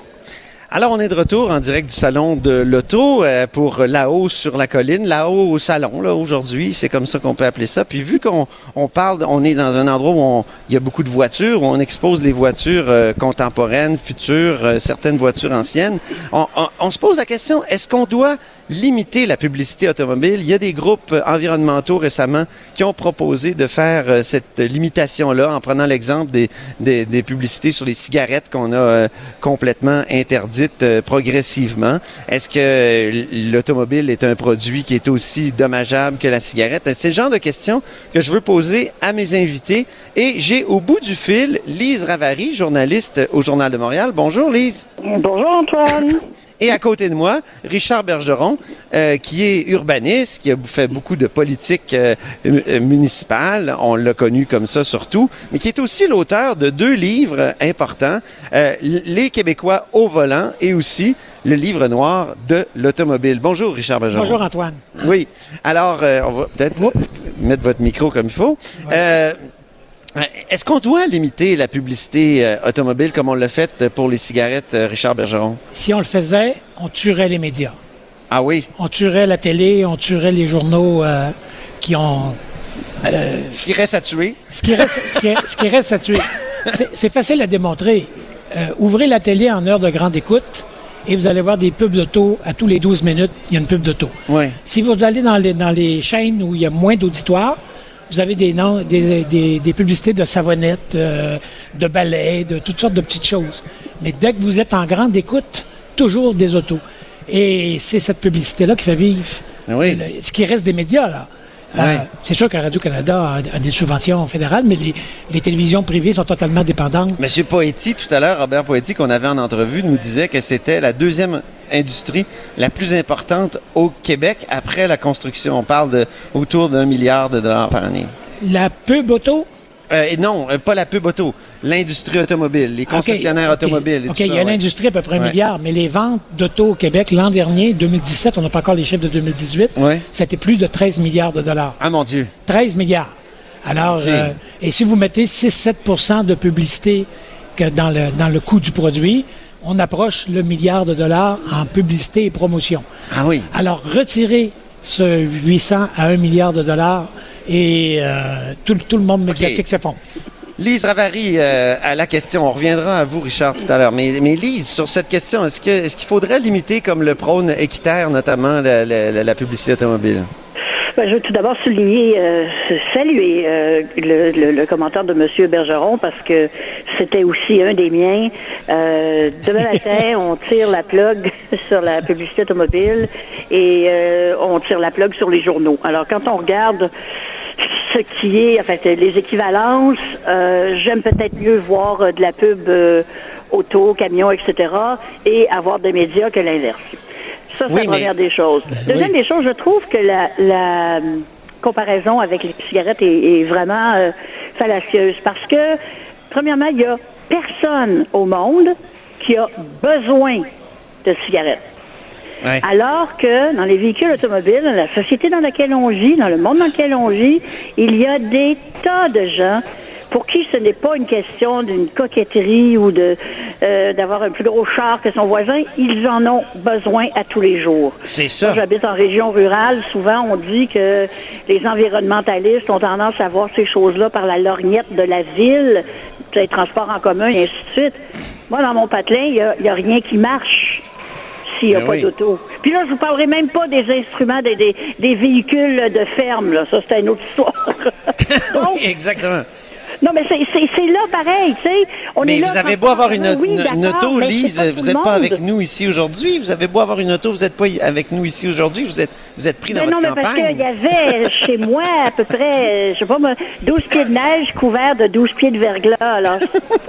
D: Alors, on est de retour en direct du salon de l'auto euh, pour Là-haut sur la colline, Là-haut au salon, là, aujourd'hui, c'est comme ça qu'on peut appeler ça. Puis vu qu'on on parle, on est dans un endroit où on, il y a beaucoup de voitures, où on expose les voitures euh, contemporaines, futures, euh, certaines voitures anciennes, on, on, on se pose la question, est-ce qu'on doit limiter la publicité automobile? Il y a des groupes environnementaux récemment qui ont proposé de faire euh, cette limitation-là en prenant l'exemple des, des, des publicités sur les cigarettes qu'on a euh, complètement interdites euh, progressivement. Est-ce que l'automobile est un produit qui est aussi dommageable que la cigarette? C'est le genre de questions que je veux poser à mes invités. Et j'ai au bout du fil Lise Ravary, journaliste au Journal de Montréal. Bonjour Lise.
I: Bonjour Antoine.
D: Et à côté de moi, Richard Bergeron, euh, qui est urbaniste, qui a fait beaucoup de politique euh, municipale, on l'a connu comme ça surtout, mais qui est aussi l'auteur de deux livres importants, euh, Les Québécois au volant et aussi le livre noir de l'automobile. Bonjour Richard Bergeron.
I: Bonjour Antoine.
D: Oui, alors euh, on va peut-être Oups. mettre votre micro comme il faut. Ouais. Euh, Est-ce qu'on doit limiter la publicité euh, automobile comme on l'a fait pour les cigarettes, euh, Richard Bergeron?
I: Si on le faisait, on tuerait les médias.
D: Ah oui?
I: On tuerait la télé, on tuerait les journaux euh, qui ont...
D: Euh, ce qui reste à tuer?
I: Ce qui reste, ce qui, ce qui reste à tuer. C'est, c'est facile à démontrer. Euh, ouvrez la télé en heure de grande écoute et vous allez voir des pubs d'auto. À tous les douze minutes, il y a une pub d'auto.
D: Oui.
I: Si vous allez dans les, dans les chaînes où il y a moins d'auditoire, vous avez des noms, des, des, des publicités de savonnettes, euh, de balais, de toutes sortes de petites choses. Mais dès que vous êtes en grande écoute, toujours des autos. Et c'est cette publicité-là qui fait vivre
D: oui.
I: le, ce qui reste des médias, là. Oui. Euh, c'est sûr que Radio-Canada a, a des subventions fédérales, mais les, les télévisions privées sont totalement dépendantes.
D: Monsieur Poetti, tout à l'heure, Robert Poetti, qu'on avait en entrevue, nous disait que c'était la deuxième industrie la plus importante au Québec après la construction. On parle de autour d'un milliard de dollars par année.
I: La pub auto?
D: Euh, non, pas la pub auto. L'industrie automobile, les concessionnaires okay, okay. automobiles. Et
I: OK,
D: tout
I: il y a
D: ça,
I: l'industrie
D: ouais.
I: à peu près un
D: ouais.
I: milliard, mais les ventes d'auto au Québec l'an dernier, deux mille dix-sept, on n'a pas encore les chiffres de deux mille dix-huit,
D: ouais.
I: c'était plus de treize milliards de dollars.
D: Ah mon Dieu!
I: treize milliards. Alors, okay. euh, et si vous mettez six à sept pour cent de publicité que dans le, dans le coût du produit, on approche le milliard de dollars en publicité et promotion.
D: Ah oui.
I: Alors, retirer ce huit cents à un milliard de dollars et euh, tout, tout le monde médiatique
D: okay.
I: s'effondre.
D: Lise Ravary, euh, à la question, on reviendra à vous, Richard, tout à l'heure. Mais, mais Lise, sur cette question, est-ce que est-ce qu'il faudrait limiter, comme le prône Équiterre, notamment la, la, la publicité automobile?
J: Ben, je veux tout d'abord souligner, euh, saluer euh, le, le, le commentaire de M. Bergeron parce que c'était aussi un des miens. Euh, demain matin, on tire la plug sur la publicité automobile et euh, on tire la plug sur les journaux. Alors, quand on regarde ce qui est, en fait, les équivalences, euh, j'aime peut-être mieux voir euh, de la pub euh, auto, camion, et cetera et avoir des médias que l'inverse. Ça, c'est oui, la première mais... des choses. Deuxième oui. des choses, je trouve que la, la comparaison avec les cigarettes est, est vraiment euh, fallacieuse parce que, premièrement, il y a personne au monde qui a besoin de cigarettes. Ouais. Alors que dans les véhicules automobiles, dans la société dans laquelle on vit, dans le monde dans lequel on vit, il y a des tas de gens pour qui ce n'est pas une question d'une coquetterie ou de euh, d'avoir un plus gros char que son voisin, ils en ont besoin à tous les jours.
D: C'est ça.
J: Moi, j'habite en région rurale. Souvent, on dit que les environnementalistes ont tendance à voir ces choses-là par la lorgnette de la ville, les transports en commun, et ainsi de suite. Moi, dans mon patelin, il n'y a, a rien qui marche s'il n'y a ben pas oui. d'auto. Puis là, je vous parlerai même pas des instruments, des, des, des véhicules de ferme. Là. Ça, c'est une autre histoire. Donc,
D: oui, exactement.
J: Non, mais c'est, c'est, c'est là pareil, tu sais. On
D: mais
J: est là
D: vous avez beau avoir une,
J: oui,
D: une, une auto, Lise, vous n'êtes pas avec nous ici aujourd'hui. Vous avez beau avoir une auto, vous n'êtes pas avec nous ici aujourd'hui. Vous êtes, vous êtes pris dans
J: mais
D: votre
J: non,
D: campagne.
J: Non, mais parce qu'il y avait chez moi à peu près, je sais pas, douze pieds de neige couverts de douze pieds de verglas, alors.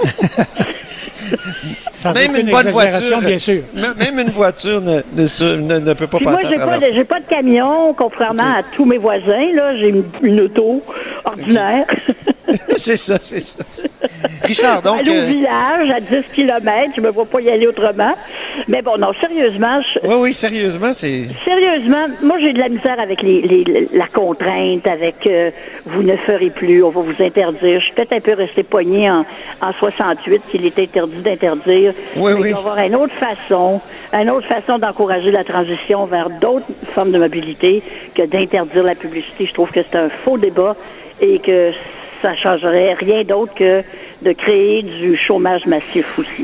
I: Sans
D: même une bonne voiture,
I: bien sûr.
D: Même une voiture ne, ne, ne, ne peut pas
J: Puis
D: passer
J: moi, j'ai
D: à travers. Moi,
J: j'ai pas de camion, contrairement okay. à tous mes voisins. Là, j'ai une, une auto ordinaire.
D: Okay. c'est ça, c'est ça. Richard, donc...
J: Aller au
D: euh...
J: village, à dix kilomètres, je me vois pas y aller autrement. Mais bon, non, sérieusement... Je...
D: Oui, oui, sérieusement, c'est...
J: Sérieusement, moi, j'ai de la misère avec les, les, la contrainte, avec euh, vous ne ferez plus, on va vous interdire. Je suis peut-être un peu resté poignée en, en soixante-huit, qu'il est interdit d'interdire.
D: Oui, oui.
J: Il va y avoir une autre façon, une autre façon d'encourager la transition vers d'autres formes de mobilité que d'interdire la publicité. Je trouve que c'est un faux débat et que ça changerait rien d'autre que de créer du chômage massif aussi.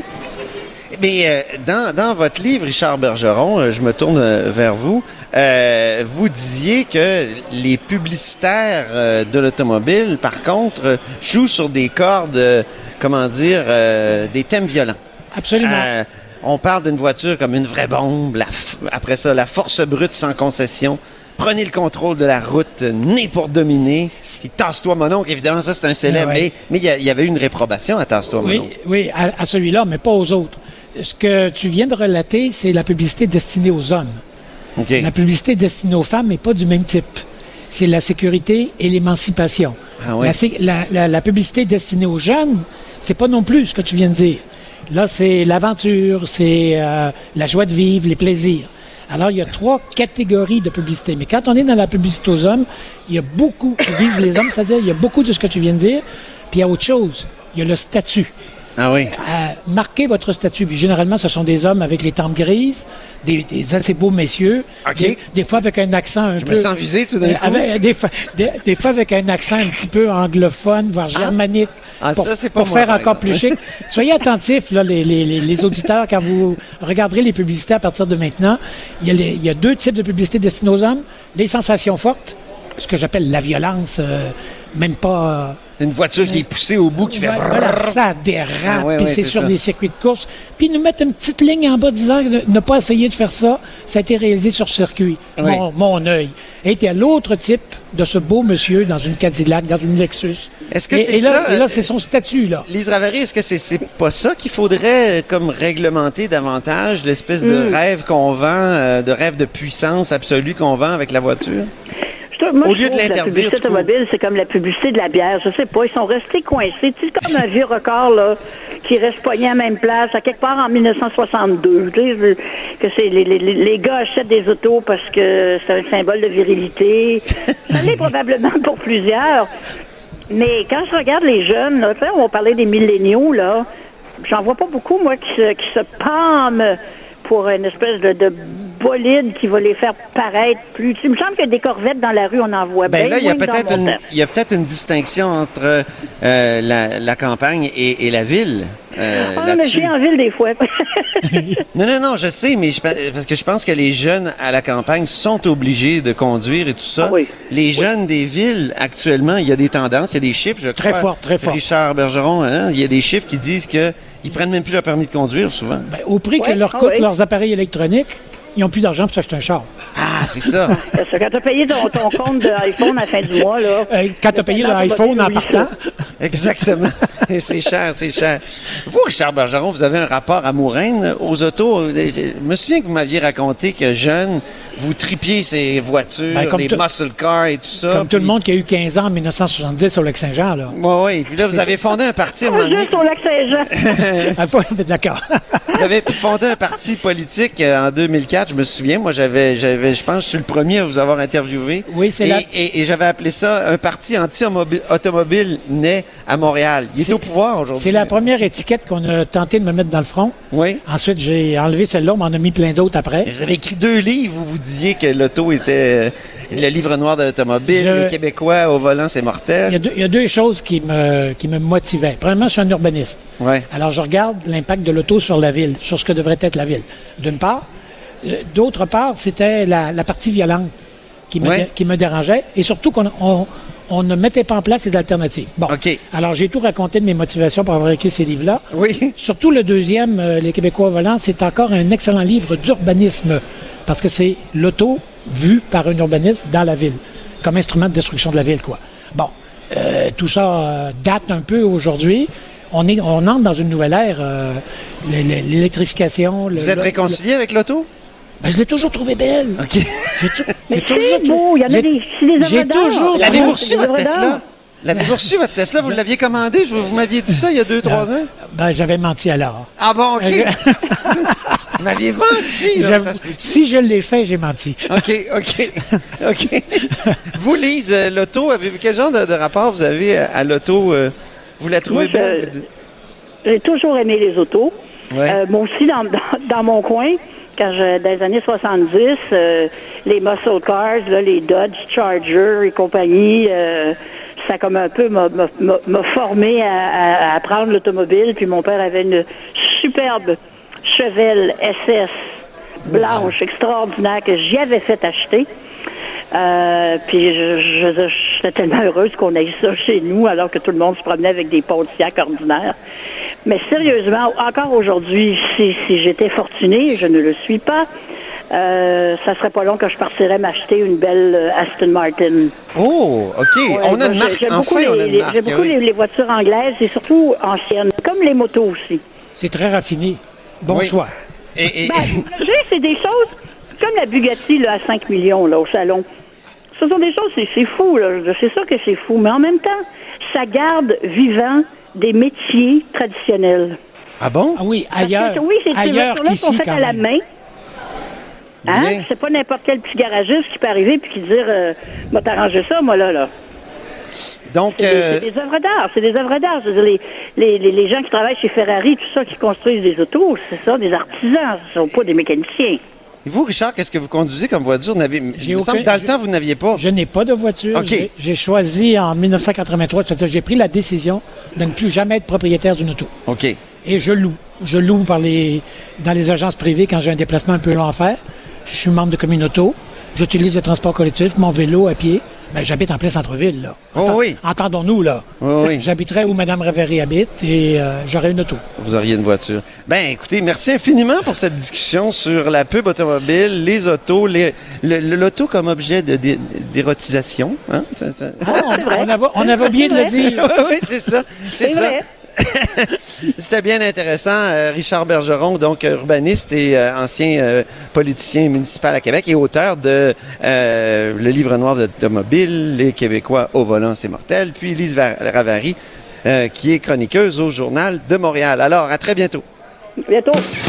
D: Mais euh, dans, dans votre livre, Richard Bergeron, euh, je me tourne euh, vers vous, euh, vous disiez que les publicitaires euh, de l'automobile, par contre, euh, jouent sur des cordes, euh, comment dire, euh, des thèmes violents.
I: Absolument.
D: Euh, on parle d'une voiture comme une vraie bombe, la f- après ça, la force brute sans concession. Prenez le contrôle de la route, né pour dominer. Puis tasse-toi, mon oncle. Évidemment, ça, c'est un célèbre. Ouais. Mais il y, y avait eu une réprobation à tasse-toi, mon
I: oui,
D: oncle.
I: Oui, à, à celui-là, mais pas aux autres. Ce que tu viens de relater, c'est la publicité destinée aux hommes. Okay. La publicité destinée aux femmes n'est pas du même type. C'est la sécurité et l'émancipation.
D: Ah ouais.
I: la, la, la, la publicité destinée aux jeunes, c'est pas non plus ce que tu viens de dire. Là, c'est l'aventure, c'est euh, la joie de vivre, les plaisirs. Alors, il y a trois catégories de publicité. Mais quand on est dans la publicité aux hommes, il y a beaucoup qui visent les hommes, c'est-à-dire il y a beaucoup de ce que tu viens de dire. Puis il y a autre chose. Il y a le statut.
D: Ah oui.
I: Euh, marquez votre statut. Puis généralement, ce sont des hommes avec les tempes grises, des, des assez beaux messieurs.
D: Okay.
I: Des, des fois avec un accent un
D: Je
I: peu...
D: Je me sens visé tout d'un coup.
I: Avec, des, des, des fois avec un accent un petit peu anglophone, voire ah. germanique.
D: Ah,
I: pour,
D: ça, c'est pas
I: pour
D: moi,
I: faire encore plus chic. Soyez attentifs, là, les, les, les, les auditeurs, quand vous regarderez les publicités à partir de maintenant. Il y a, les, il y a deux types de publicités destinées aux hommes. Les sensations fortes, ce que j'appelle la violence, euh, même pas... Euh,
D: Une voiture qui est poussée au bout, qui fait...
I: Voilà, ça dérape,
D: ah, ouais,
I: puis
D: ouais,
I: c'est,
D: c'est
I: sur
D: ça.
I: des circuits de course. Puis nous mettre une petite ligne en bas disant que ne pas essayer de faire ça, ça a été réalisé sur circuit,
D: oui.
I: mon, mon œil. Et il y a l'autre type de ce beau monsieur dans une Cadillac, dans une Lexus.
D: Est-ce que
I: et,
D: c'est
I: et là,
D: ça?
I: Et là, c'est son statut, là.
D: Lise Ravary, est-ce que c'est, c'est pas ça qu'il faudrait comme réglementer davantage, l'espèce mm. de rêve qu'on vend, euh, de rêve de puissance absolue qu'on vend avec la voiture?
J: Moi,
D: Au
J: je
D: lieu de
J: trouve que la publicité automobile, c'est comme la publicité de la bière. Je sais pas, ils sont restés coincés. C'est comme un vieux record là, qui reste poigné à la même place, à quelque part en dix-neuf cent soixante-deux. Tu sais, que c'est les, les, les gars achètent des autos parce que c'est un symbole de virilité. Ça l'est probablement pour plusieurs. Mais quand je regarde les jeunes, là, on va parler des milléniaux, là, j'en vois pas beaucoup, moi, qui se, qui se pâment pour une espèce de, de bolide qui va les faire paraître plus... Il me semble que des corvettes dans la rue, on en voit
D: ben
J: bien
D: là, il y a
J: moins que
D: peut-être
J: dans mon
D: une,
J: temps.
D: il y a peut-être une distinction entre euh, la, la campagne et, et la ville. Euh,
J: Ah, mais
D: là-dessus.
J: j'ai en ville des fois.
D: Non, non, non, je sais, mais je, pe- parce que je pense que les jeunes à la campagne sont obligés de conduire et tout ça.
J: Ah oui.
D: Les jeunes des villes, actuellement, il y a des tendances, il y a des chiffres, je
I: Très
D: crois.
I: fort, très fort.
D: Richard Bergeron, hein, il y a des chiffres qui disent que ils prennent même plus leur permis de conduire, souvent.
I: Ben, au prix
J: Ouais,
I: que leur
J: ah
I: coûtent
J: oui.
I: leurs appareils électroniques, ils n'ont plus d'argent pour s'acheter un char.
D: Ah, c'est ça.
J: Parce que quand tu as payé ton, ton compte d'iPhone à la fin du mois, là...
I: Euh, quand tu as payé l'iPhone en partant,
D: Exactement. Et c'est cher, c'est cher. Vous, Richard Bergeron, vous avez un rapport à Mouraine aux autos. Je me souviens que vous m'aviez raconté que jeune, vous tripiez ces voitures,
I: Ben, comme
D: les
I: tout-
D: muscle cars et tout ça.
I: comme tout le
D: puis-
I: monde qui a eu quinze ans en dix-neuf cent soixante-dix sur le Lac-Saint-Jean, là.
D: Oui, oui. Puis là, vous avez fondé un parti à un moment donné.
J: Juste au Lac-Saint-Jean.
I: Ah, pas- D'accord.
D: Vous avez fondé un parti politique euh, en deux mille quatre, je me souviens. Moi, j'avais, j'avais, je pense, je suis le premier à vous avoir interviewé.
I: Oui, c'est
D: et,
I: la-
D: et, et j'avais appelé ça un parti anti-automobile né à Montréal. Il est,
I: C'est-
D: au pouvoir aujourd'hui.
I: C'est la première étiquette qu'on a tenté de me mettre dans le front.
D: Oui.
I: Ensuite, j'ai enlevé celle-là, on m'en a mis plein d'autres après.
D: Vous avez écrit deux livres où vous disiez que l'auto était euh, le livre noir de l'automobile,
I: Je-
D: les Québécois au volant, c'est
I: Il y, a
D: mortel.
I: deux, il y a deux choses qui me, qui me motivaient. Premièrement, je suis un urbaniste.
D: Ouais.
I: Alors, je regarde l'impact de l'auto sur la ville, sur ce que devrait être la ville, d'une part. Euh, D'autre part, c'était la, la partie violente qui me,
D: Ouais.
I: dé- qui me dérangeait et surtout qu'on on, on ne mettait pas en place les alternatives. Bon.
D: OK.
I: Alors, j'ai tout raconté de mes motivations pour avoir écrit ces livres-là.
D: Oui.
I: Surtout le deuxième, euh, Les Québécois au volant, c'est encore un excellent livre d'urbanisme parce que c'est l'auto vue par un urbaniste dans la ville, comme instrument de destruction de la ville, quoi. Bon, euh, tout ça euh, date un peu aujourd'hui. On est, on entre dans une nouvelle ère, euh, l- l- l'électrification. le-
D: Vous êtes
I: le-
D: réconcilié avec l'auto?
I: Ben, je l'ai toujours trouvé belle.
D: OK.
I: J'ai tou-
J: Mais
I: j'ai toujours
J: c'est
I: trou-
J: beau, il y en a
I: j'ai-
J: des... C'est des
I: J'ai
J: œuvres d'art.
I: toujours-
D: L'avez-vous
I: Ah,
D: reçu,
J: c'est des
D: votre
J: œuvres
D: Tesla?
J: d'art.
D: L'avez-vous reçu, votre Tesla? Vous l'aviez commandé? Je- Vous m'aviez dit ça il y a deux, trois ans?
I: Ben, j'avais menti alors.
D: Ah bon, OK.
I: Euh,
D: Vous m'aviez menti, là.
I: J'avoue-
D: Ça se peut-
I: si je l'ai fait, j'ai menti.
D: OK, OK, OK. Vous, Lise, euh, l'auto, avez-vous quel genre de, de rapport vous avez à, à l'auto? euh, vous la trouvez
J: Moi, je-
D: belle? vous dites?
J: J'ai toujours aimé les autos.
D: Ouais.
J: Euh, moi aussi, dans, dans, dans mon coin, quand je, dans les années soixante-dix, euh, les muscle cars, là, les Dodge Charger et compagnie, euh, ça comme un peu m'a, m'a, m'a- m'a formé à, à- à apprendre l'automobile. Puis mon père avait une superbe Chevelle S S blanche extraordinaire que j'y avais fait acheter. Euh, puis je, je, je- j'étais tellement heureuse qu'on ait ça chez nous alors que tout le monde se promenait avec des Pontiac ordinaires. Mais sérieusement, encore aujourd'hui, si, si j'étais fortunée, et je ne le suis pas, euh, ça serait pas long que je partirais m'acheter une belle euh, Aston Martin.
D: Oh, OK.
J: Ouais,
D: on a
J: moi,
D: une marque.
J: J'aime beaucoup,
D: Enfin,
J: les,
D: on a une
J: les-
D: marque.
J: j'aime beaucoup
D: oui.
J: les, les voitures anglaises et surtout anciennes, comme les motos aussi.
I: C'est très raffiné. Bon
D: Oui.
I: choix.
D: Et, et-
J: Ben, tu sais, c'est des choses comme la Bugatti là, à cinq millions là, au salon. Ce sont des choses, c'est, c'est fou, là. C'est sûr que c'est fou, mais en même temps, ça garde vivant des métiers traditionnels.
D: Ah bon?
I: Ah oui,
J: Parce que,
I: ailleurs,
J: oui, c'est ces
I: ailleurs
J: voitures-là sont
I: qu'ici,
J: faites
I: quand
J: à la
I: même.
J: main. Hein?
D: Bien.
J: C'est pas n'importe quel petit garagiste qui peut arriver puis qui dire euh, m'a t'arrangé ça, moi là, là.
D: Donc,
J: C'est,
D: euh,
J: des, c'est des œuvres d'art, c'est des œuvres d'art. Je veux dire, les, les, les, les gens qui travaillent chez Ferrari, tout ça, qui construisent des autos, c'est ça, des artisans, ce sont pas des mécaniciens.
D: vous, Richard, qu'est-ce que vous conduisez comme voiture? N'avez,
I: J'ai
D: il me semble
I: aucun-
D: que dans le
I: j'ai-
D: temps, vous n'aviez pas.
I: Je n'ai pas de voiture.
D: OK.
I: J'ai, j'ai choisi en dix-neuf cent quatre-vingt-trois, c'est-à-dire j'ai pris la décision de ne plus jamais être propriétaire d'une auto.
D: OK.
I: Et je loue. Je loue par les, dans les agences privées quand j'ai un déplacement un peu long à faire. Je suis membre de Communauto. J'utilise le transport collectif, mon vélo à pied. Ben, j'habite en plein centre-ville, là.
D: Oh
I: Entend-
D: oui.
I: Entendons-nous, là.
D: Oui, oui.
I: J'habiterais où Mme Révery habite et euh, j'aurais une auto.
D: Vous auriez une voiture. Ben, écoutez, merci infiniment pour cette discussion sur la pub automobile, les autos, les, le- le- l'auto comme objet de, d'é- d'érotisation. Hein? Ça- ça-
I: Ah, on,
J: vrai.
I: on avait, on avait oublié de le
J: C'est vrai.
I: dire.
D: oui, oui, c'est ça. C'est,
J: C'est
D: ça.
J: vrai.
D: C'était bien intéressant. Euh, Richard Bergeron, donc urbaniste et euh, ancien euh, politicien municipal à Québec et auteur de euh, le livre noir de l'automobile, Les Québécois au volant, c'est mortel. Puis Lise Va- Ravary, euh, qui est chroniqueuse au Journal de Montréal. Alors, à très bientôt.
J: Bientôt.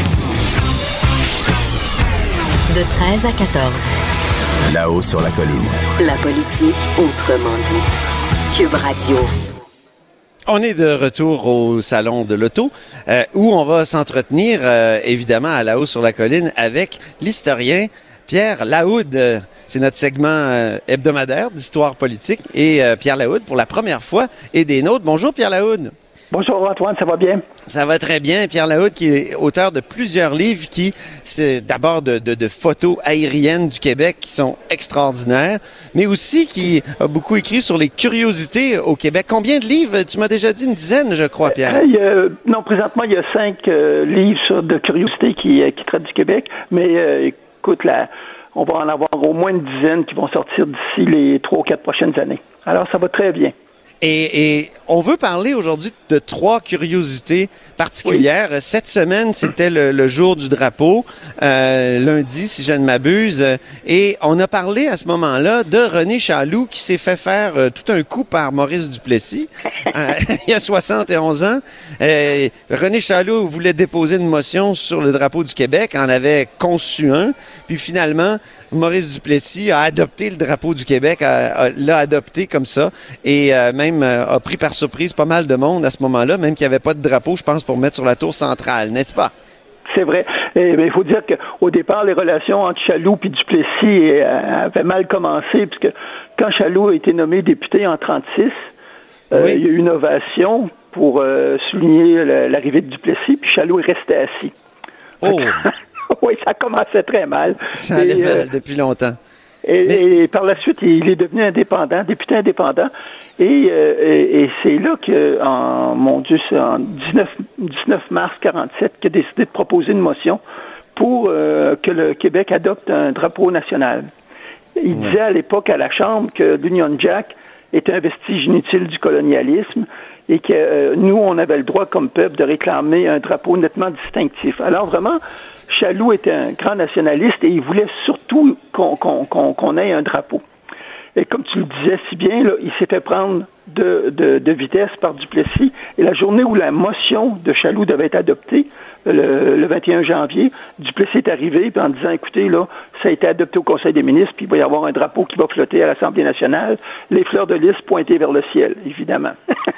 B: De treize à quatorze,
C: Là-haut sur la colline.
B: la politique autrement dite. Cube Radio.
D: On est de retour au Salon de l'Auto, euh, où on va s'entretenir, euh, évidemment, à La Haut sur la colline, avec l'historien Pierre Lahoude. C'est notre segment euh, hebdomadaire d'histoire politique. Et euh, Pierre Lahoude, pour la première fois, est des nôtres. Bonjour, Pierre Lahoude.
K: Bonjour Antoine, ça va bien?
D: Ça va très bien. Pierre Lahoude, qui est auteur de plusieurs livres, qui c'est d'abord de, de, de photos aériennes du Québec qui sont extraordinaires, mais aussi qui a beaucoup écrit sur les curiosités au Québec. Combien de livres? Tu m'as déjà dit une dizaine, je crois, Pierre.
K: Euh, il y a, non, présentement, il y a cinq euh, livres sur de curiosités qui, euh, qui traitent du Québec, mais euh, écoute, là, on va en avoir au moins une dizaine qui vont sortir d'ici les trois ou quatre prochaines années. Alors, ça va très bien.
D: Et, et on veut parler aujourd'hui de trois curiosités particulières. Oui. Cette semaine, c'était le, le jour du drapeau, euh, lundi, si je ne m'abuse. Et on a parlé à ce moment-là de René Chaloux qui s'est fait faire euh, tout un coup par Maurice Duplessis euh, il y a soixante et onze ans. Euh, René Chaloux voulait déposer une motion sur le drapeau du Québec, en avait conçu un. Puis finalement, Maurice Duplessis a adopté le drapeau du Québec, a, a, l'a adopté comme ça, et euh, même euh, a pris par surprise pas mal de monde à ce moment-là, même qu'il n'y avait pas de drapeau, je pense, pour mettre sur la tour centrale, n'est-ce pas? C'est
K: vrai. Et, mais il faut dire qu'au départ, les relations entre Chaloux et Duplessis euh, avaient mal commencé, puisque quand Chaloux a été nommé député en trente-six, euh, oui. il y a eu une ovation pour euh, souligner l'arrivée de Duplessis, puis Chaloux est resté assis.
D: Oh!
K: Oui, ça commençait très mal.
D: Ça allait mal euh, depuis longtemps.
K: Et, Mais... et par la suite, il est devenu indépendant, député indépendant. Et, euh, et, et c'est là que, en, mon Dieu, c'est en dix-neuf mars quarante-sept, qu'il a décidé de proposer une motion pour euh, que le Québec adopte un drapeau national. Il ouais. disait à l'époque à la Chambre que l'Union Jack était un vestige inutile du colonialisme et que euh, nous, on avait le droit comme peuple de réclamer un drapeau nettement distinctif. Alors vraiment, Chaloux était un grand nationaliste et il voulait surtout qu'on, qu'on, qu'on, qu'on ait un drapeau. Et comme tu le disais si bien, là, il s'est fait prendre de, de, de vitesse par Duplessis. Et la journée où la motion de Chaloux devait être adoptée, le, le vingt et un janvier, Duplessis est arrivé en disant, écoutez, là, ça a été adopté au Conseil des ministres, puis il va y avoir un drapeau qui va flotter à l'Assemblée nationale, les fleurs de lys pointées vers le ciel, évidemment.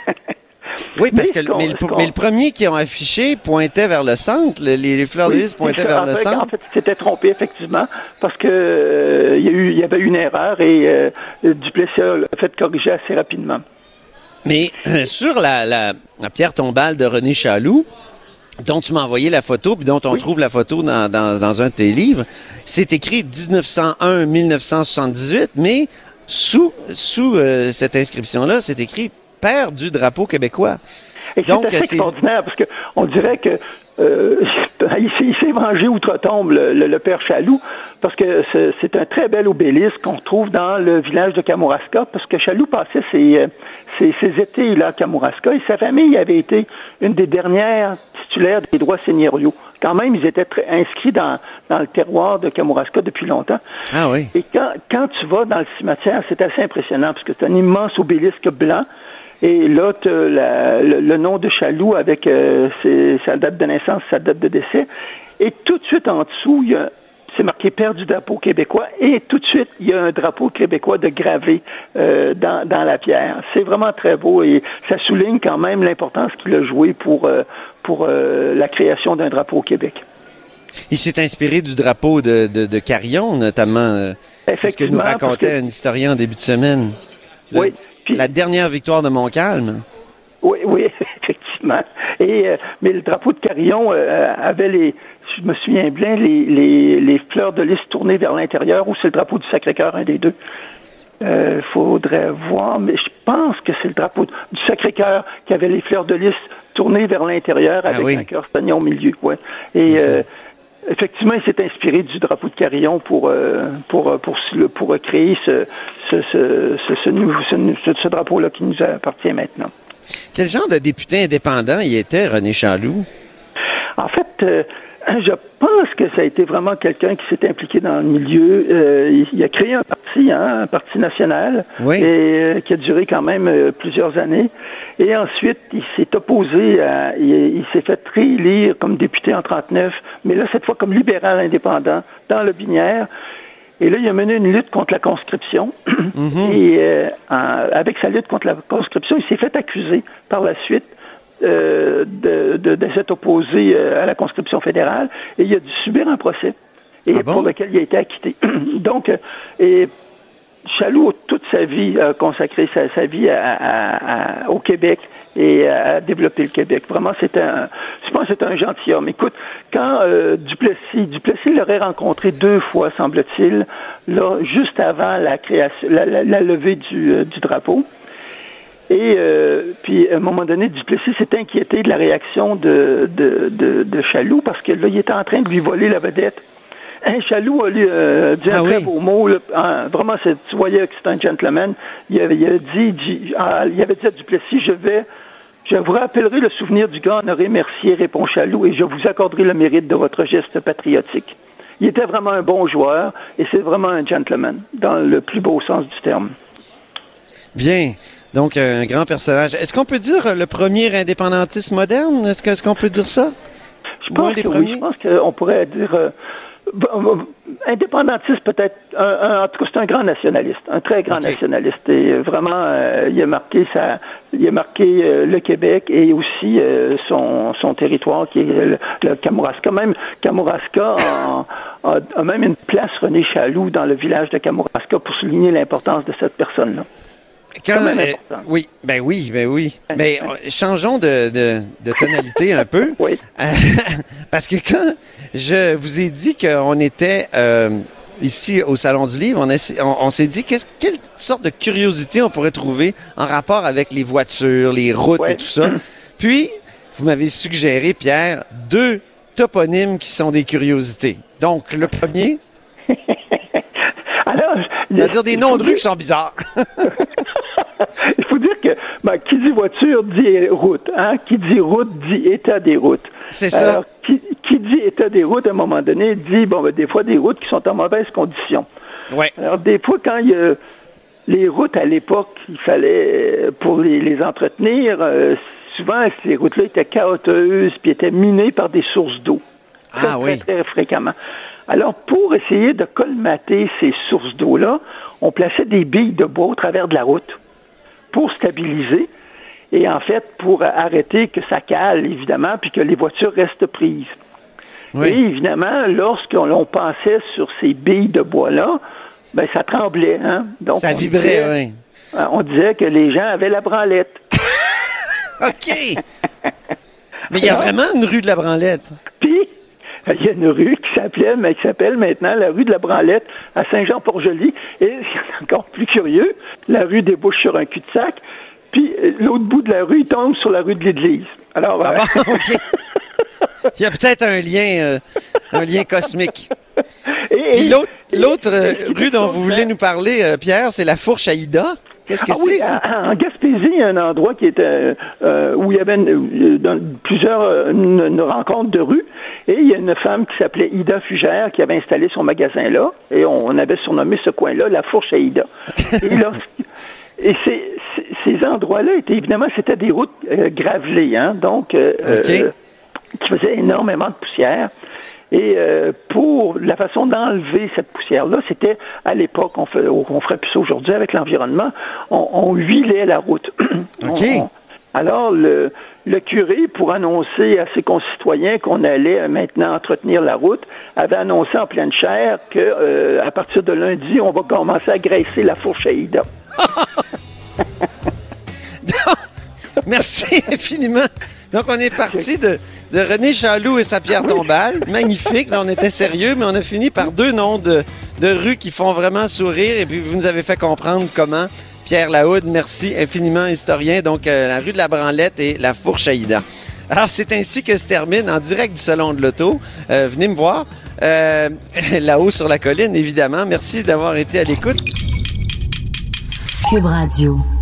D: Oui, parce mais que mais le, mais le premier qui ont affiché pointait vers le centre, les, les fleurs oui, de lys pointaient vers le centre.
K: En fait, il s'était trompé, effectivement, parce que euh, il y a eu, il y avait eu une erreur et euh, Duplessis a fait corriger assez rapidement.
D: Mais euh, sur la, la, la pierre tombale de René Chaloux, dont tu m'as envoyé la photo, puis dont on oui. trouve la photo dans, dans, dans un de tes livres, c'est écrit dix-neuf cent un à dix-neuf cent soixante-dix-huit, mais sous, sous euh, cette inscription-là, c'est écrit père du drapeau québécois.
K: Et c'est Donc, assez c'est... extraordinaire parce que on dirait que euh, il, s'est, il s'est vengé outre-tombe le, le, le père Chaloux parce que c'est, c'est un très bel obélisque qu'on retrouve dans le village de Kamouraska parce que Chaloux passait ses, ses, ses étés là à Kamouraska et sa famille avait été une des dernières titulaires des droits seigneuriaux. Quand même, ils étaient très inscrits dans, dans le terroir de Kamouraska depuis longtemps.
D: Ah oui.
K: Et quand, quand tu vas dans le cimetière, c'est assez impressionnant parce que c'est un immense obélisque blanc. Et là, tu as le, le nom de Chaloux avec euh, ses, sa date de naissance, sa date de décès. Et tout de suite en dessous, il y a, c'est marqué père du drapeau québécois. Et tout de suite, il y a un drapeau québécois de gravé euh, dans, dans la pierre. C'est vraiment très beau et ça souligne quand même l'importance qu'il a joué pour, euh, pour euh, la création d'un drapeau au Québec.
D: Il s'est inspiré du drapeau de, de, de Carillon, notamment. C'est ce que nous racontait que... un historien en début de semaine. Le...
K: Oui. Puis,
D: la dernière victoire de Montcalm.
K: Oui, oui, effectivement. Et, euh, mais le drapeau de Carillon euh, avait les, je me souviens bien, les, les, les fleurs de lys tournées vers l'intérieur ou c'est le drapeau du Sacré-Cœur, un des deux. Il euh, faudrait voir, mais je pense que c'est le drapeau du Sacré-Cœur qui avait les fleurs de lys tournées vers l'intérieur avec ah oui. un cœur stagnon au milieu. Ouais. Et euh, effectivement, il s'est inspiré du drapeau de Carillon pour euh, pour pour pour, pour créer ce ce ce ce, ce, ce, ce drapeau-là qui nous appartient maintenant.
D: Quel genre de député indépendant il était, René Chaloux?
K: En fait, euh, je pense que ça a été vraiment quelqu'un qui s'est impliqué dans le milieu. Euh, il, il a créé un parti, hein, un parti national,
D: oui.
K: et euh, qui a duré quand même euh, plusieurs années. Et ensuite, il s'est opposé, à, il, il s'est fait réélire comme député en trente-neuf, mais là, cette fois comme libéral indépendant dans le Binière. Et là, il a mené une lutte contre la conscription. Mm-hmm. Et euh, en, avec sa lutte contre la conscription, il s'est fait accuser par la suite euh, de, de, de s'être opposé euh, à la conscription fédérale. Et il a dû subir un procès et ah bon? pour lequel il a été acquitté. Donc, euh, et Chaloux, toute sa vie, a consacré sa, sa vie à, à, à, au Québec et à développer le Québec. Vraiment, c'est un, je pense que c'est un gentilhomme. Écoute, quand euh, Duplessis, Duplessis l'aurait rencontré deux fois, semble-t-il, là, juste avant la création, la, la, la levée du, euh, du drapeau. Et euh, puis, à un moment donné, Duplessis s'est inquiété de la réaction de, de, de, de Chaloux parce que là, il était en train de lui voler la vedette. Hein, Chaloux a euh, dit ah un oui. très beau mot. Là, hein, vraiment, c'est, tu voyais que c'est un gentleman. Il avait, il avait dit, dit ah, il avait dit à Duplessis, je vais, je vous rappellerai le souvenir du gars Honoré Mercier, répond Chaloux, et je vous accorderai le mérite de votre geste patriotique. Il était vraiment un bon joueur, et c'est vraiment un gentleman, dans le plus beau sens du terme.
D: Bien. Donc, un grand personnage. Est-ce qu'on peut dire le premier indépendantiste moderne? Est-ce, que, est-ce qu'on peut dire ça?
K: Je pense que oui. Je pense qu'on pourrait dire... Euh, indépendantiste peut-être, un, un, en tout cas c'est un grand nationaliste, un très grand okay. nationaliste et vraiment euh, il a marqué sa, il a marqué euh, le Québec et aussi euh, son, son territoire qui est le, le Kamouraska. Même Kamouraska a, a, a même une place René Chaloux dans le village de Kamouraska pour souligner l'importance de cette personne-là.
D: Quand, euh, oui, ben oui, ben oui. Mais euh, changeons de, de, de tonalité un peu.
K: Oui.
D: Parce que quand je vous ai dit qu'on était euh, ici au Salon du Livre, on, a, on, on s'est dit qu'est-ce, quelle sorte de curiosité on pourrait trouver en rapport avec les voitures, les routes ouais. et tout ça. Puis, vous m'avez suggéré, Pierre, deux toponymes qui sont des curiosités. Donc, le premier...
K: Alors,
D: c'est-à-dire des noms de rues qui sont bizarres.
K: Il faut dire que ben, qui dit voiture dit route. Hein? Qui dit route dit état des routes.
D: C'est ça.
K: Alors, qui, qui dit état des routes, à un moment donné, dit, bon, ben, des fois, des routes qui sont en mauvaise condition.
D: Ouais.
K: Alors, des fois, quand il y a les routes à l'époque, il fallait, pour les, les entretenir, euh, souvent, ces routes-là étaient chaotiques, puis étaient minées par des sources d'eau. Très,
D: ah, oui.
K: très, très fréquemment. Alors, pour essayer de colmater ces sources d'eau-là, on plaçait des billes de bois au travers de la route pour stabiliser et, en fait, pour arrêter que ça cale, évidemment, puis que les voitures restent prises. Oui. Et, évidemment, lorsqu'on passait sur ces billes de bois-là, ben ça tremblait. Hein? Donc,
D: ça vibrait,
K: disait,
D: oui.
K: On disait que les gens avaient la branlette.
D: OK! Mais il y a vraiment une rue de la branlette.
K: Puis, il y a une rue qui s'appelait, mais qui s'appelle maintenant la rue de la Branlette à Saint-Jean-Port-Joli. Et c'est encore plus curieux, la rue débouche sur un cul-de-sac, puis l'autre bout de la rue tombe sur la rue de l'Église. Alors,
D: ah bon, OK. Il y a peut-être un lien, euh, un lien cosmique. Et, puis l'autre, l'autre euh, rue dont vous voulez nous parler, euh, Pierre, c'est la Fourche Aïda. Qu'est-ce que
K: ah
D: c'est,
K: oui,
D: ça?
K: En Gaspésie, il y a un endroit qui était euh, où il y avait une, dans plusieurs une, une rencontre de rue, et il y a une femme qui s'appelait Ida Fugère qui avait installé son magasin là, et on, on avait surnommé ce coin-là la Fourche à Ida. Et, là, et ces, ces endroits-là étaient évidemment c'était des routes euh, gravelées, hein, donc euh, okay. euh, qui faisaient énormément de poussière. Et euh, pour la façon d'enlever cette poussière-là, c'était à l'époque, on, fait, on ferait plus ça aujourd'hui avec l'environnement, on, on huilait la route.
D: Okay.
K: On, alors, le, le curé, pour annoncer à ses concitoyens qu'on allait maintenant entretenir la route, avait annoncé en pleine chair que euh, à partir de lundi, on va commencer à graisser la Fourche Aïda.
D: Merci infiniment. Donc, on est parti de... de René Chaloux et sa pierre tombale. Magnifique. Là, on était sérieux, mais on a fini par deux noms de, de rues qui font vraiment sourire. Et puis, vous nous avez fait comprendre comment. Pierre Lahoude, merci infiniment, historien. Donc, euh, la rue de la Branlette et la Fourche Aïda. Alors, c'est ainsi que se termine en direct du Salon de l'Auto. Euh, venez me voir. Euh, là-haut sur la colline, évidemment. Merci d'avoir été à l'écoute.
B: Cube Radio.